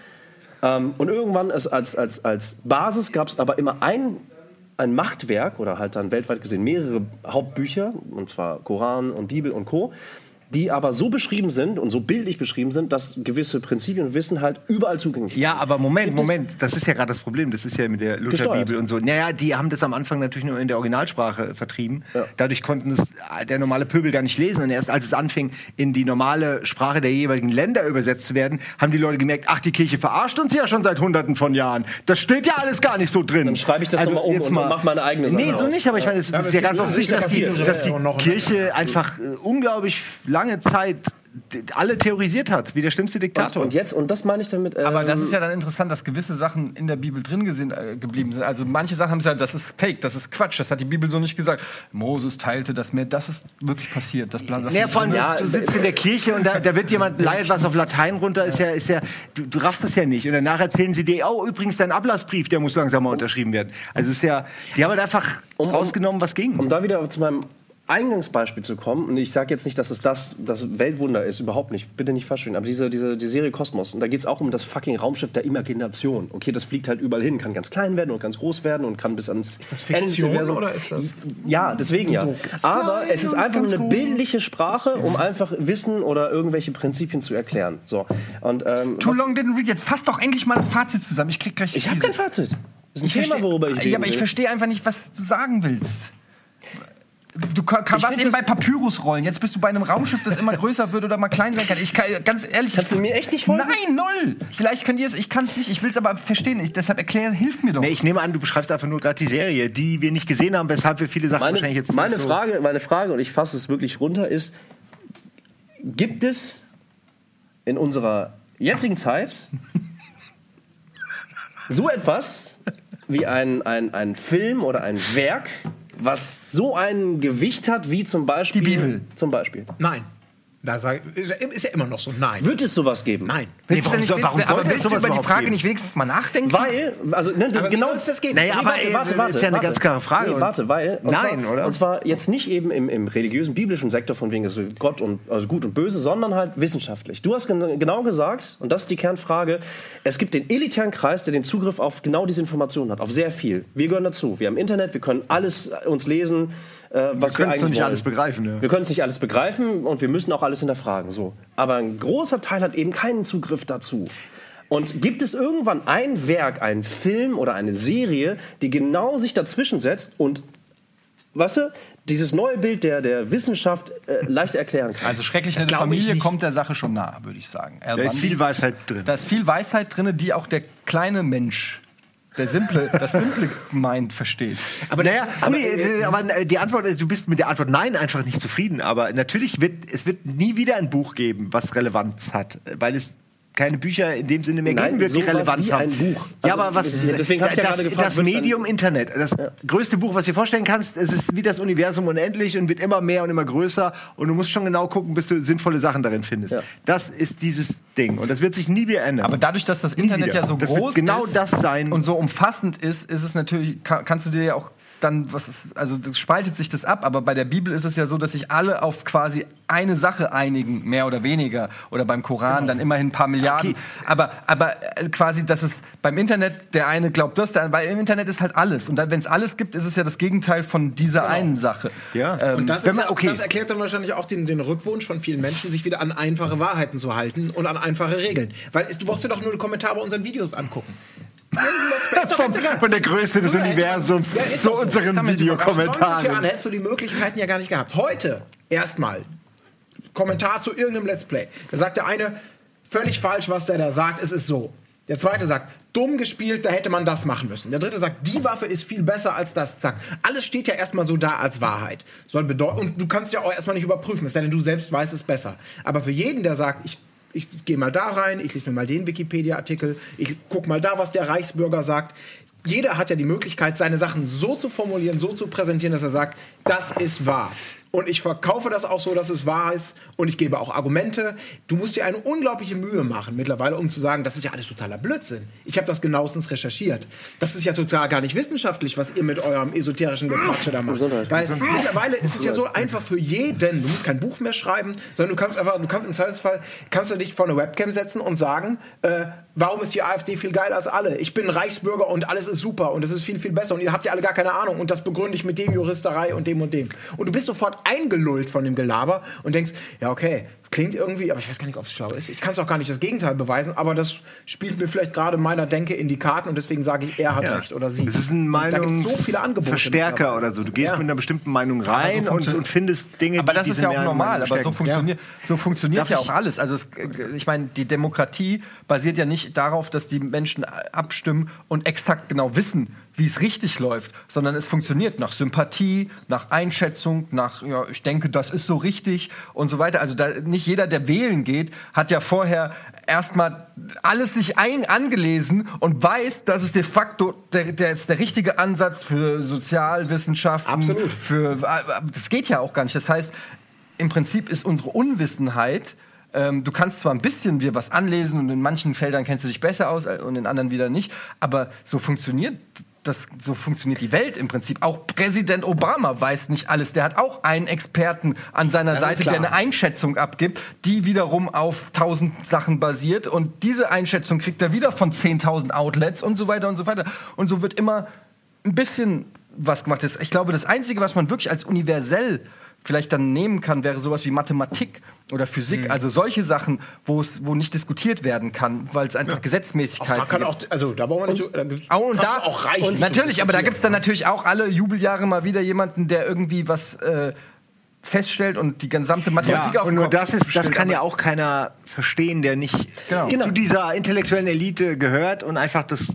Ähm, und irgendwann ist als, als, als Basis gab es aber immer ein, ein Machtwerk oder halt dann weltweit gesehen mehrere Hauptbücher, und zwar Koran und Bibel und Co., die aber so beschrieben sind und so bildlich beschrieben sind, dass gewisse Prinzipien und Wissen halt überall zugänglich sind. Ja, aber Moment, Gibt es- Moment, das ist ja gerade das Problem. Das ist ja mit der Lutherbibel Gesteuert. und so. Naja, die haben das am Anfang natürlich nur in der Originalsprache vertrieben. Ja. Dadurch konnten es der normale Pöbel gar nicht lesen. Und erst als es anfing, in die normale Sprache der jeweiligen Länder übersetzt zu werden, haben die Leute gemerkt, ach, die Kirche verarscht uns ja schon seit Hunderten von Jahren. Das steht ja alles gar nicht so drin. Dann schreibe ich das doch mal um jetzt und mach meine eigene Sache Nee, so aus. nicht, aber ich meine, es aber ist es ja gibt ganz nur offensichtlich, dass die, sicher dass die viele noch- Kirche einfach äh, unglaublich lange Zeit d- alle terrorisiert hat, wie der schlimmste Und, Diktator. und jetzt, und das meine ich damit. Ähm, Aber das ist ja dann interessant, dass gewisse Sachen in der Bibel drin gesehen, äh, geblieben sind. Also manche Sachen haben gesagt, das ist Fake, das ist Quatsch, das hat die Bibel so nicht gesagt. Moses teilte das Meer, das ist wirklich passiert. Das, das Ja, vor allem, Ja, du sitzt in der Kirche und da, da wird jemand leiert was auf Latein runter, ist ja, ist ja, du, du raffst das ja nicht. Und danach erzählen sie dir, oh, übrigens, dein Ablassbrief, der muss langsam mal unterschrieben werden. Also es ist ja, die haben halt einfach Um- um- rausgenommen, was ging. Um da wieder zu meinem Eingangsbeispiel zu kommen, und ich sage jetzt nicht, dass es das, das Weltwunder ist, überhaupt nicht, bitte nicht falsch verstehen, aber diese, diese die Serie Kosmos, und da geht es auch um das fucking Raumschiff der Imagination. Okay, das fliegt halt überall hin, kann ganz klein werden und ganz groß werden und kann bis ans Ist das Fiktion Ende des oder ist das? Ja, deswegen ja. Aber es ist einfach nur eine bildliche Sprache, um einfach Wissen oder irgendwelche Prinzipien zu erklären. So. Und, ähm, Too long didn't read. Jetzt fass doch endlich mal das Fazit zusammen. Ich krieg gleich. ich habe kein Fazit. Das ist ein Ich Thema, versteh- worüber ich reden Ja, aber ich will. verstehe einfach nicht, was du sagen willst. Du ka- ka- Ich warst find eben bei das- Papyrusrollen. Jetzt bist du bei einem Raumschiff, das immer größer wird oder mal klein sein kann. Ich kann ganz ehrlich. Kannst du mir echt nicht folgen? Nein, null. Vielleicht könnt ihr es. Ich kann es nicht. Ich will es aber verstehen. Ich, deshalb erklär, hilf mir doch. Nee, ich nehme an, du beschreibst einfach nur gerade die Serie, die wir nicht gesehen haben, weshalb wir viele Sachen Meine, wahrscheinlich jetzt meine, nicht so Frage, meine Frage, und ich fasse es wirklich runter, ist, gibt es in unserer jetzigen Zeit so etwas wie ein, ein, ein Film oder ein Werk, was so ein Gewicht hat wie zum Beispiel... Die Bibel. Zum Beispiel. Nein. Da sag, ist, ja, ist ja immer noch so. Nein. Wird es sowas geben? Nein. Willst du warum denn soll- nicht- warum willst- aber sollte es willst du sowas über die überhaupt Frage geben? nicht wenigstens mal nachdenken? Weil, also ne, Aber wie genau, soll es das gehen? Naja, aber, ey, ist ja eine ganz klare Frage. Nee, warte, weil und Nein, zwar, oder? Und zwar jetzt nicht eben im, im religiösen, biblischen Sektor von wegen so Gott und also gut und böse, sondern halt wissenschaftlich. Du hast gen genau gesagt, und das ist die Kernfrage: Es gibt den elitären Kreis, der den Zugriff auf genau diese Informationen hat, auf sehr viel. Wir gehören dazu. Wir haben Internet, wir können alles uns lesen. Äh, was wir können es eigentlich doch nicht wollen. alles begreifen, ne? Wir können es nicht alles begreifen und wir müssen auch alles hinterfragen. So. Aber ein großer Teil hat eben keinen Zugriff dazu. Und gibt es irgendwann ein Werk, einen Film oder eine Serie, die genau sich dazwischen setzt und, weißt du, dieses neue Bild der, der Wissenschaft äh, leicht erklären kann? Also schrecklich Das nette glaube ich Familie nicht. kommt der Sache schon nah, würde ich sagen. Al Da ist Bundy. viel Weisheit drin. Da ist viel Weisheit drin, die auch der kleine Mensch, der simple, das simple Mind versteht. Aber naja, aber, äh, aber äh, die Antwort ist, du bist mit der Antwort Nein einfach nicht zufrieden. Aber natürlich wird es wird nie wieder ein Buch geben, was Relevanz hat, weil es keine Bücher in dem Sinne mehr Nein, geben wird, die sowas Relevanz wie haben. ein Buch. Ja, Also, aber was? deswegen hab ich ja das, gerade gefragt, das wird's dann- Medium Internet, das größte Buch, was du dir vorstellen kannst, es ist wie das Universum unendlich und wird immer mehr und immer größer und du musst schon genau gucken, bis du sinnvolle Sachen darin findest. Ja. Das ist dieses Ding und das wird sich nie wieder ändern. Aber dadurch, dass das Nie Internet wieder. ja so Das wird groß genau ist das sein. und so umfassend ist, ist es natürlich, kann, kannst du dir ja auch dann, was ist, also das spaltet sich das ab, aber bei der Bibel ist es ja so, dass sich alle auf quasi eine Sache einigen, mehr oder weniger. Oder beim Koran dann immerhin ein paar Milliarden. Okay. Aber, aber äh, quasi, dass es beim Internet, der eine glaubt das, der, weil im Internet ist halt alles. Und wenn es alles gibt, ist es ja das Gegenteil von dieser einen Sache. Ja. Ähm, Und das, wenn ist man- ja, okay. das erklärt dann wahrscheinlich auch den, den Rückwunsch von vielen Menschen, sich wieder an einfache Wahrheiten zu halten und an einfache Regeln. Weil es, du brauchst dir doch nur die Kommentare bei unseren Videos angucken. Ist doch Vom, ganz egal. von der Größe des Früher Universums hätte- ja, ist zu doch so. unseren Das kann man super- aber zwanzig Jahre Videokommentaren. hättest du die Möglichkeiten ja gar nicht gehabt. Heute erstmal Kommentar zu irgendeinem Let's Play. Da sagt der eine, völlig falsch, was der da sagt, es ist so. Der zweite sagt, dumm gespielt, da hätte man das machen müssen. Der dritte sagt, die Waffe ist viel besser als das. Zack. Alles steht ja erstmal so da als Wahrheit. Soll bedeuten, und du kannst ja auch erstmal nicht überprüfen, es sei denn, du selbst weißt es besser. Aber für jeden, der sagt, ich Ich gehe mal da rein, ich lese mir mal den Wikipedia-Artikel, ich gucke mal da, was der Reichsbürger sagt. Jeder hat ja die Möglichkeit, seine Sachen so zu formulieren, so zu präsentieren, dass er sagt, das ist wahr. Und ich verkaufe das auch so, dass es wahr ist. Und ich gebe auch Argumente. Du musst dir eine unglaubliche Mühe machen mittlerweile, um zu sagen, das ist ja alles totaler Blödsinn. Ich habe das genauestens recherchiert. Das ist ja total gar nicht wissenschaftlich, was ihr mit eurem esoterischen Gequatsche da macht. Weil mittlerweile ist es ja so einfach für jeden. Du musst kein Buch mehr schreiben, sondern du kannst einfach, du kannst im Zweifelsfall, kannst du dich vor eine Webcam setzen und sagen, äh, warum ist die AfD viel geiler als alle? Ich bin Reichsbürger und alles ist super und es ist viel, viel besser und ihr habt ja alle gar keine Ahnung und das begründe ich mit dem Juristerei und dem und dem. Und du bist sofort eingelullt von dem Gelaber und denkst, ja okay, klingt irgendwie, aber ich weiß gar nicht, ob es schlau ist. Ich kann es auch gar nicht das Gegenteil beweisen, aber das spielt mir vielleicht gerade meiner Denke in die Karten und deswegen sage ich, er hat Ja. recht oder sie. Es ist ein Und da gibt's so viele Angebote. Meinungsverstärker mittlerweile. oder so. Du gehst Ja. mit einer bestimmten Meinung rein so und, funktio- und findest Dinge, Aber die das ist diese ja auch Meinung normal, aber so stärken. funktioniert, so funktioniert Darf ja ich- auch alles. Also es, ich meine, die Demokratie basiert ja nicht darauf, dass die Menschen abstimmen und exakt genau wissen, wie es richtig läuft, sondern es funktioniert nach Sympathie, nach Einschätzung, nach, ja, ich denke, das ist so richtig und so weiter. Also da, nicht jeder, der wählen geht, hat ja vorher erstmal alles sich ein angelesen und weiß, dass es de facto der, der, ist der richtige Ansatz für Sozialwissenschaften. Absolut. Für, das geht ja auch gar nicht. Das heißt, im Prinzip ist unsere Unwissenheit Ähm, du kannst zwar ein bisschen dir was anlesen und in manchen Feldern kennst du dich besser aus und in anderen wieder nicht, aber so funktioniert das, so funktioniert die Welt im Prinzip. Auch Präsident Obama weiß nicht alles. Der hat auch einen Experten an seiner Das ist Seite, klar. der eine Einschätzung abgibt, die wiederum auf tausend Sachen basiert. Und diese Einschätzung kriegt er wieder von zehntausend Outlets und so weiter und so weiter. Und so wird immer ein bisschen was gemacht. Ich glaube, das Einzige, was man wirklich als universell vielleicht dann nehmen kann, wäre sowas wie Mathematik oder Physik, Mhm. also solche Sachen, wo es wo nicht diskutiert werden kann, weil es einfach Gesetzmäßigkeiten Da kann gibt. auch, also da brauchen wir nicht. Da gibt's, Oh, und kannst da du auch reich. und natürlich, aber da gibt es dann natürlich auch alle Jubeljahre mal wieder jemanden, der irgendwie was äh, feststellt und die gesamte Mathematik Ja, auf und den nur Kopf das ist, das stellt, kann aber- ja auch keiner verstehen, der nicht Genau. zu dieser intellektuellen Elite gehört und einfach das,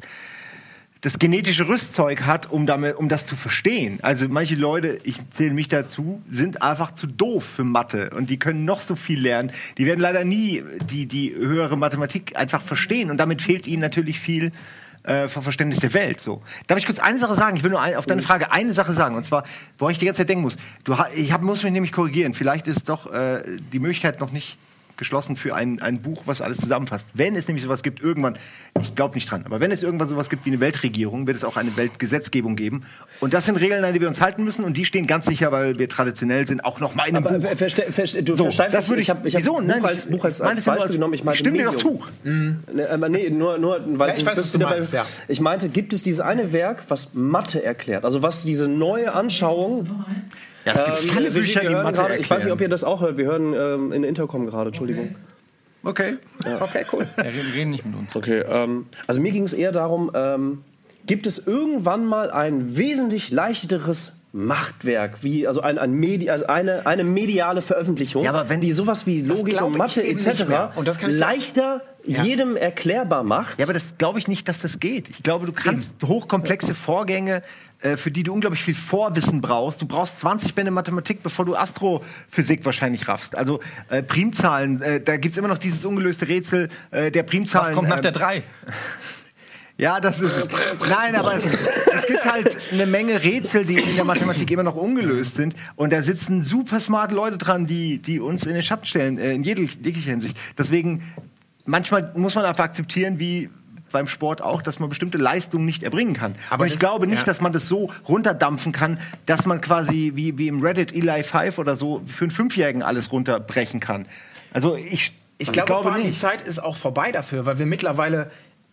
das genetische Rüstzeug hat, um, damit, um das zu verstehen. Also manche Leute, ich zähle mich dazu, sind einfach zu doof für Mathe und die können noch so viel lernen. Die werden leider nie die, die höhere Mathematik einfach verstehen und damit fehlt ihnen natürlich viel äh, vom Verständnis der Welt. So. Darf ich kurz eine Sache sagen? Ich will nur ein, auf deine Frage eine Sache sagen. Und zwar, wo ich die ganze Zeit denken muss. Du, ha- ich hab, muss mich nämlich korrigieren. Vielleicht ist doch äh, die Möglichkeit noch nicht geschlossen für ein, ein Buch, was alles zusammenfasst. Wenn es nämlich sowas gibt, irgendwann, ich glaube nicht dran, aber wenn es irgendwann sowas gibt wie eine Weltregierung, wird es auch eine Weltgesetzgebung geben. Und das sind Regeln, an die wir uns halten müssen. Und die stehen ganz sicher, weil wir traditionell sind, auch noch mal in einem Aber Buch. ver- verste- verste- du So, versteifst das dich. würde ich- ich habe ich hab wieso? Buch Nein, als, ich- Buch als, ich meine als es nur Beispiel als- genommen. Ich meinte Stimm dir doch Medium. zu. Ne, aber nee, nur, nur weil Ja, ich du weiß, bist was du wieder meinst, ja. Ich meinte, gibt es dieses eine Werk, was Mathe erklärt? Also was diese neue Anschauung. Ja, es gibt Ähm, viele wir- Bücher, wir die hören Mathe gerade, ich weiß nicht, erklären. ob ihr das auch hört. Wir hören ähm, in der Intercom gerade, Entschuldigung. Okay. Okay, cool. Ja, reden, reden nicht mit uns. Okay, ähm, also mir ging es eher darum, ähm, gibt es irgendwann mal ein wesentlich leichteres Machtwerk, wie also ein, ein Medi also eine, eine mediale Veröffentlichung, Ja, aber wenn- die sowas wie Logik glaub und ich Mathe eben et nicht mehr. cetera Und das kann ich- leichter Ja. jedem erklärbar macht. Ja, aber das glaube ich nicht, dass das geht. Ich glaube, du kannst hochkomplexe Vorgänge, äh, für die du unglaublich viel Vorwissen brauchst. Du brauchst zwanzig Bände Mathematik, bevor du Astrophysik wahrscheinlich raffst. Also äh, Primzahlen, äh, da gibt's immer noch dieses ungelöste Rätsel äh, der Primzahlen. Was kommt nach ähm, der drei? Ja, das ist es. Nein, aber es, es gibt halt eine Menge Rätsel, die in der Mathematik immer noch ungelöst sind. Und da sitzen super smart Leute dran, die, die uns in den Schatten stellen, äh, in jeglich- jeglicher Hinsicht. Deswegen, manchmal muss man einfach akzeptieren, wie beim Sport auch, dass man bestimmte Leistungen nicht erbringen kann. Aber Aber ich das- glaube nicht, ja. dass man das so runterdampfen kann, dass man quasi wie, wie im Reddit Eli Five oder so für einen Fünfjährigen alles runterbrechen kann. Also ich, Ich glaube, vor allem die Zeit ist auch vorbei dafür, weil wir mittlerweile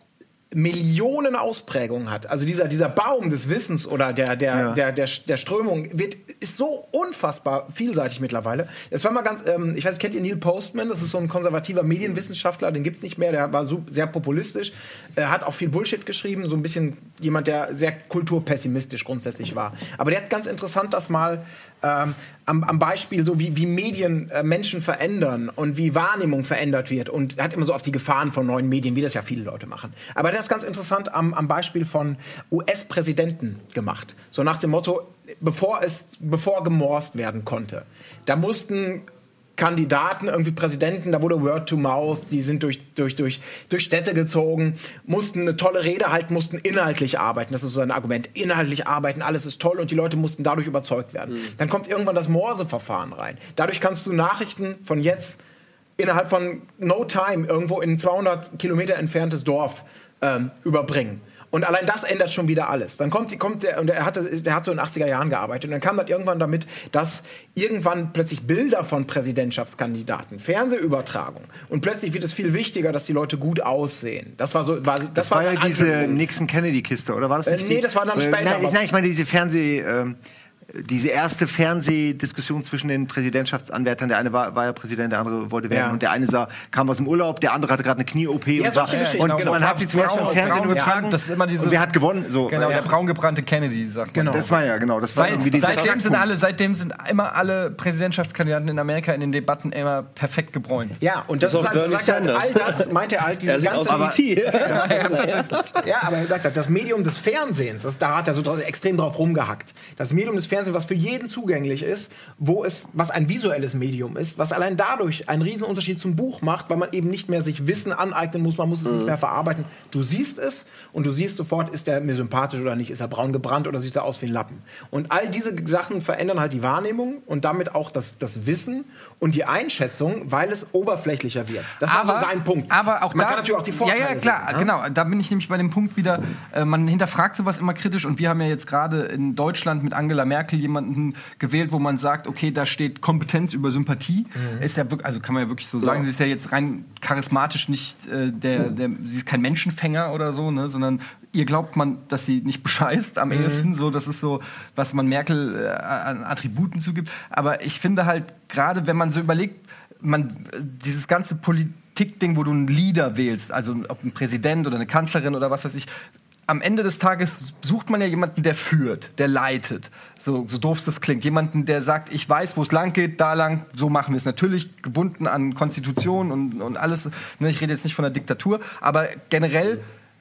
Millionen Ausprägungen hat. Also dieser, dieser Baum des Wissens oder der, der, Ja. der, der, der Strömung wird, ist so unfassbar vielseitig mittlerweile. Es war mal ganz, ähm, ich weiß, kennt ihr Neil Postman? Das ist so ein konservativer Medienwissenschaftler, den gibt's nicht mehr, der war so, sehr populistisch, äh, hat auch viel Bullshit geschrieben, so ein bisschen jemand, der sehr kulturpessimistisch grundsätzlich war. Aber der hat ganz interessant das mal ähm, am, am Beispiel, so wie, wie Medien äh, Menschen verändern und wie Wahrnehmung verändert wird. Und er hat immer so auf die Gefahren von neuen Medien, wie das ja viele Leute machen. Aber der ist ganz interessant am, am Beispiel von U S-Präsidenten gemacht. So nach dem Motto, bevor es bevor gemorst werden konnte, da mussten Kandidaten, irgendwie Präsidenten, da wurde Word to Mouth, die sind durch, durch, durch, durch Städte gezogen, mussten eine tolle Rede halten, mussten inhaltlich arbeiten. Das ist so ein Argument. Inhaltlich arbeiten, alles ist toll und die Leute mussten dadurch überzeugt werden. Mhm. Dann kommt irgendwann das Morse-Verfahren rein. Dadurch kannst du Nachrichten von jetzt innerhalb von no time irgendwo in zweihundert Kilometer entferntes Dorf ähm, überbringen. Und allein das ändert schon wieder alles. Dann kommt, kommt der, und er hat, der hat so in den achtziger Jahren gearbeitet. Und dann kam das irgendwann damit, dass irgendwann plötzlich Bilder von Präsidentschaftskandidaten, Fernsehübertragung. Und plötzlich wird es viel wichtiger, dass die Leute gut aussehen. Das war so, war, das, Das war war ja sein diese Antrieb. Nixon-Kennedy-Kiste, oder war das Äh, nicht? nee, die- das war dann äh, später, Nein, ich, aber- nein, ich meine diese Fernseh... Ähm, diese erste Fernsehdiskussion zwischen den Präsidentschaftsanwärtern, der eine war, war ja Präsident, der andere wollte werden Ja. und der eine sah, kam aus dem Urlaub, der andere hatte gerade eine Knie-O P Ja, und, sah, solche Geschichten, und genau. man hat sie zum ersten Mal im Braun- Fernsehen braun- übertragen ja, das ist immer diese- und wer hat gewonnen? So, Genau, äh, der braungebrannte Kennedy, sagt man. Genau. das war ja, genau, das war Weil irgendwie dieser seitdem sind, Knackpunkt. alle, seitdem sind immer alle Präsidentschaftskandidaten in Amerika in den Debatten immer perfekt gebräunt. Ja, und das, Das ist ist auch halt, Bernie sagt er halt, all Sanders. das meint er halt, diese Er sieht ganze... aus wie E Ja, aber er sagt halt, das Medium des Fernsehens, das, da hat er so dra- extrem drauf rumgehackt. Das Medium des Fernsehens Fernsehen, was für jeden zugänglich ist, wo es, was ein visuelles Medium ist, was allein dadurch einen riesen Unterschied zum Buch macht, weil man eben nicht mehr sich Wissen aneignen muss, man muss es mhm. nicht mehr verarbeiten. Du siehst es und du siehst sofort, ist der mir sympathisch oder nicht, ist er braun gebrannt oder sieht er aus wie ein Lappen. Und all diese Sachen verändern halt die Wahrnehmung und damit auch das, das Wissen und die Einschätzung, weil es oberflächlicher wird. Das ist aber, also sein Punkt. Aber auch man da, kann natürlich auch die Vorteile ja, ja, klar, sehen, genau. Da bin ich nämlich bei dem Punkt wieder, äh, man hinterfragt sowas immer kritisch und wir haben ja jetzt gerade in Deutschland mit Angela Merkel jemanden gewählt, wo man sagt, okay, da steht Kompetenz über Sympathie. Mhm. Ist ja wirklich, also kann man ja wirklich so sagen, ja. sie ist ja jetzt rein charismatisch nicht äh, der, der, sie ist kein Menschenfänger oder so, ne, sondern ihr glaubt man, dass sie nicht bescheißt am mhm. ehesten, so, das ist so, was man Merkel äh, an Attributen zugibt. Aber ich finde halt, gerade wenn man so überlegt, man, äh, dieses ganze Politik-Ding, wo du einen Leader wählst, also ob ein Präsident oder eine Kanzlerin oder was weiß ich, am Ende des Tages sucht man ja jemanden, der führt, der leitet. So, so doof das klingt. Jemanden, der sagt, ich weiß, wo es lang geht, da lang, so machen wir es. Natürlich gebunden an Konstitution und, und alles. Ne, ich rede jetzt nicht von der Diktatur, aber generell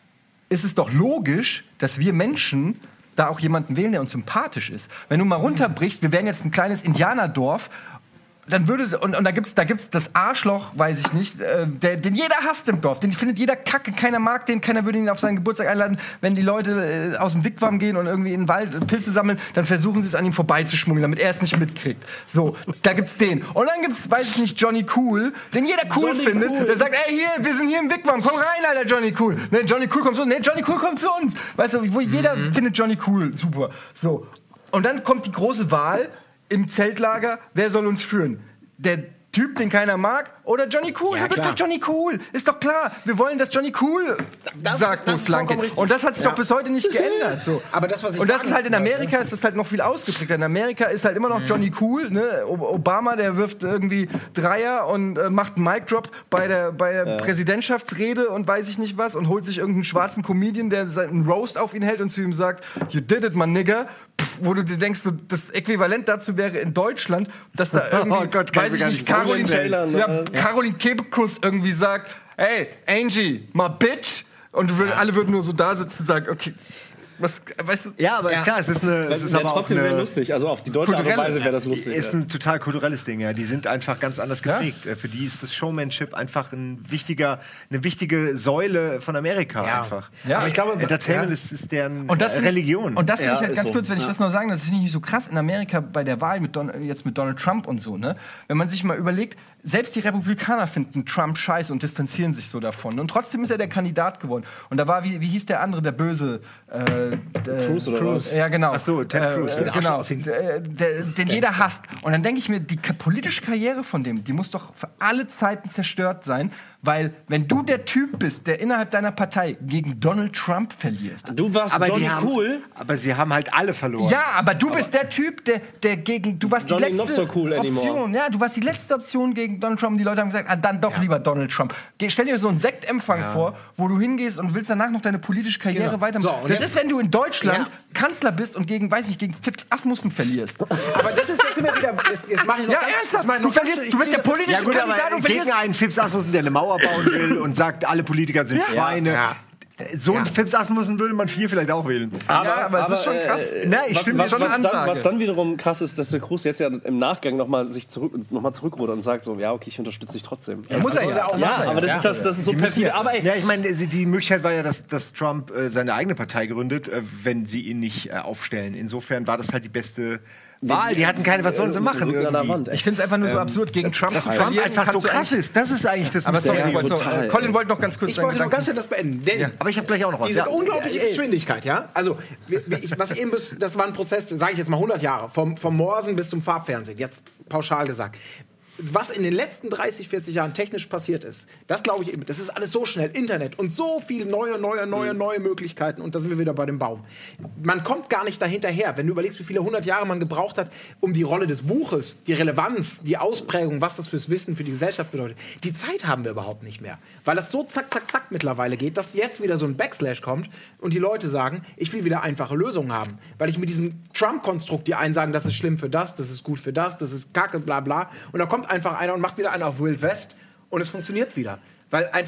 ist es doch logisch, dass wir Menschen da auch jemanden wählen, der uns sympathisch ist. Wenn du mal runterbrichst, wir wären jetzt ein kleines Indianerdorf, dann würde es, und, und da gibt's da gibt's das Arschloch, weiß ich nicht, äh, der, den jeder hasst im Dorf, den findet jeder kacke, keiner mag den, keiner würde ihn auf seinen Geburtstag einladen. Wenn die Leute äh, aus dem Wigwam gehen und irgendwie in den Wald äh, Pilze sammeln, dann versuchen sie es an ihm vorbeizuschmuggeln, damit er es nicht mitkriegt. So, da gibt's den. Und dann gibt's, weiß ich nicht, Johnny Cool, den jeder cool Johnny findet, cool. Der sagt, ey, hier, wir sind hier im Wigwam, komm rein, Alter, Johnny Cool. Ne, Johnny Cool kommt zu uns, ne, Johnny Cool kommt zu uns. Weißt du, wo jeder mhm. findet Johnny Cool super. So. Und dann kommt die große Wahl im Zeltlager, wer soll uns führen? Der Typ, den keiner mag, oder Johnny Cool. Ja, du willst doch Johnny Cool. Ist doch klar. Wir wollen, dass Johnny Cool das, sagt, wo es lang geht. Und das hat sich ja. doch bis heute nicht geändert. So. Aber das, was ich Und das ist halt in Amerika ist das halt noch viel ausgeprägter. In Amerika ist halt immer noch Johnny Cool. Ne? Obama, der wirft irgendwie Dreier und äh, macht einen Mic-Drop bei der, bei der ja. Präsidentschaftsrede und weiß ich nicht was und holt sich irgendeinen schwarzen Comedian, der seinen Roast auf ihn hält und zu ihm sagt, you did it, my nigga. Pff, wo du dir denkst, das Äquivalent dazu wäre in Deutschland, dass da irgendwie, oh Gott, weiß ich nicht, Caroline, ja, ja. Caroline Kebekus irgendwie sagt, hey, Angie, my bitch. Und du würd, ja. alle würden nur so da sitzen und sagen, okay, was, weißt du? Ja, aber ja. klar, es ist eine, es ist aber trotzdem auch eine, sehr lustig. Also auf die deutsche Art und Weise wäre das lustig. Ist ein total kulturelles Ding, ja. Die sind einfach ganz anders geprägt. Ja? Für die ist das Showmanship einfach ein wichtiger, eine wichtige Säule von Amerika ja. einfach. Ja, aber ich glaube, Entertainment ja. ist, ist deren und das Religion. Ich, und das finde ja, ich halt ganz so. kurz, wenn ich ja. das noch sagen, das finde ich so krass in Amerika bei der Wahl mit Don, jetzt mit Donald Trump und so, ne? Wenn man sich mal überlegt, selbst die Republikaner finden Trump scheiße und distanzieren sich so davon. Und trotzdem ist er der Kandidat geworden. Und da war, wie, wie hieß der andere, der Böse? Äh, Cruz oder was? Ja, genau. Ach so, Ted äh, Cruz. Äh, genau. Der, der, den jeder hasst. Und dann denke ich mir, die politische Karriere von dem, die muss doch für alle Zeiten zerstört sein. Weil, wenn du der Typ bist, der innerhalb deiner Partei gegen Donald Trump verliert. Du warst aber Johnny haben, Cool. Aber sie haben halt alle verloren. Ja, aber du aber bist der Typ, der, der gegen. Du warst Johnny die letzte not so cool Option. Ja, du warst die letzte Option gegen Donald Trump. Und die Leute haben gesagt, ah, dann doch ja. lieber Donald Trump. Geh, stell dir so einen Sektempfang ja. vor, wo du hingehst und willst danach noch deine politische Karriere genau. weitermachen. So, das jetzt, ist, wenn du in Deutschland ja. Kanzler bist und gegen, weiß ich, gegen Fips Asmussen verlierst. Aber das ist jetzt immer wieder. Jetzt, jetzt mach ich noch ja, ganz, ernsthaft. Ich du verlierst, du bist der politische ja, gut, Kandidat und gegen einen Fips Asmussen, der eine Mauer bauen will und sagt, alle Politiker sind ja. Schweine. Ja. So ein ja. Fips Asmussen würde man hier vielleicht auch wählen. Aber, ja, aber, aber es ist schon krass. Äh, Na, ich stimme was, schon was, eine dann, Ansage. was dann wiederum krass ist, dass der Cruz jetzt ja im Nachgang nochmal sich zurück, noch mal zurückrudert und sagt so, ja, okay, ich unterstütze dich trotzdem. Ja, muss er ja. Auch ja, aber das, ja. Ist, das, das ist so perfide. Aber ja, ich meine, die Möglichkeit war ja, dass, dass Trump äh, seine eigene Partei gründet, äh, wenn sie ihn nicht äh, aufstellen. Insofern war das halt die beste Wahl. Die hatten keine, was sollen sie machen? Ich finde es einfach nur so absurd, gegen Trump dass zu Trump verlieren. einfach so krass ist. Das ist eigentlich das aber sorry, ja, so, äh, Colin wollte noch ganz kurz Ich wollte noch ganz schnell das beenden. Denn ja. Aber ich habe gleich auch noch was. Diese ja. unglaubliche ja, Geschwindigkeit, ja? Also, ich, was eben, das war ein Prozess, sage ich jetzt mal hundert Jahre, vom, vom Morsen bis zum Farbfernsehen, jetzt pauschal gesagt. Was in den letzten dreißig, vierzig Jahren technisch passiert ist, das glaube ich eben, das ist alles so schnell, Internet und so viele neue, neue, neue, neue Möglichkeiten und da sind wir wieder bei dem Baum. Man kommt gar nicht dahinterher, wenn du überlegst, wie viele hundert Jahre man gebraucht hat, um die Rolle des Buches, die Relevanz, die Ausprägung, was das fürs Wissen, für die Gesellschaft bedeutet. Die Zeit haben wir überhaupt nicht mehr, weil das so zack, zack, zack mittlerweile geht, dass jetzt wieder so ein Backslash kommt und die Leute sagen, ich will wieder einfache Lösungen haben, weil ich mit diesem Trump-Konstrukt, die einen sagen, das ist schlimm für das, das ist gut für das, das ist kacke, bla bla und da kommt einfach einer und macht wieder einen auf Wild West und es funktioniert wieder. Weil einfach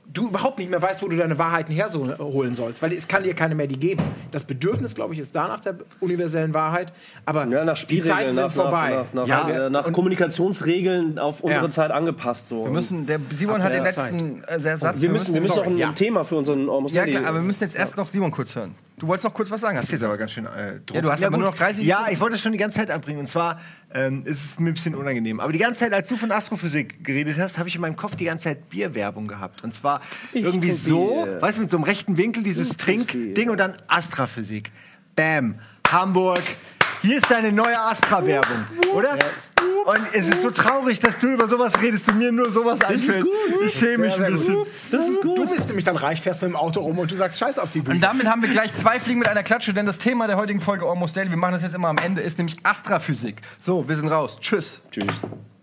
du überhaupt nicht mehr weißt, wo du deine Wahrheiten herholen sollst, weil es kann dir keine mehr die geben. Das Bedürfnis, glaube ich, ist da nach der universellen Wahrheit, aber Ja, nach die Spielregeln, Zeiten sind nach, vorbei. nach, nach, Ja, nach, äh, nach Kommunikationsregeln auf unsere Ja. Zeit angepasst. So. Wir müssen, der Simon Ab hat den der letzten äh, Satz. wir müssen, wir müssen sorry, noch ein ja. Thema für unseren Almost Ja, Daily- klar, aber wir müssen jetzt erst noch Simon kurz hören. Du wolltest noch kurz was sagen, hast Das du ist jetzt aber ganz schön äh, Druck. Ja, du hast aber gut. nur noch dreißig Ja, Sekunden. ich wollte das schon die ganze Zeit anbringen. Und zwar ähm, ist es mir ein bisschen unangenehm. Aber die ganze Zeit, als du von Astrophysik geredet hast, habe ich in meinem Kopf die ganze Zeit Bierwerbung gehabt. Und zwar irgendwie so, Bier. weißt du, mit so einem rechten Winkel, dieses Trinkding und dann Astrophysik. Bam, Hamburg. Hier ist deine neue Astra-Werbung, oder? Und es ist so traurig, dass du über sowas redest und mir nur sowas einfällt. gut. Ich schäme mich Sehr, ein sehr bisschen. gut. Das ist gut. Du bist nämlich dann reich, fährst mit dem Auto rum und du sagst Scheiß auf die Bühne. Und damit haben wir gleich zwei Fliegen mit einer Klatsche, denn das Thema der heutigen Folge Almost Daily, wir machen das jetzt immer am Ende, ist nämlich Astrophysik. So, wir sind raus. Tschüss. Tschüss.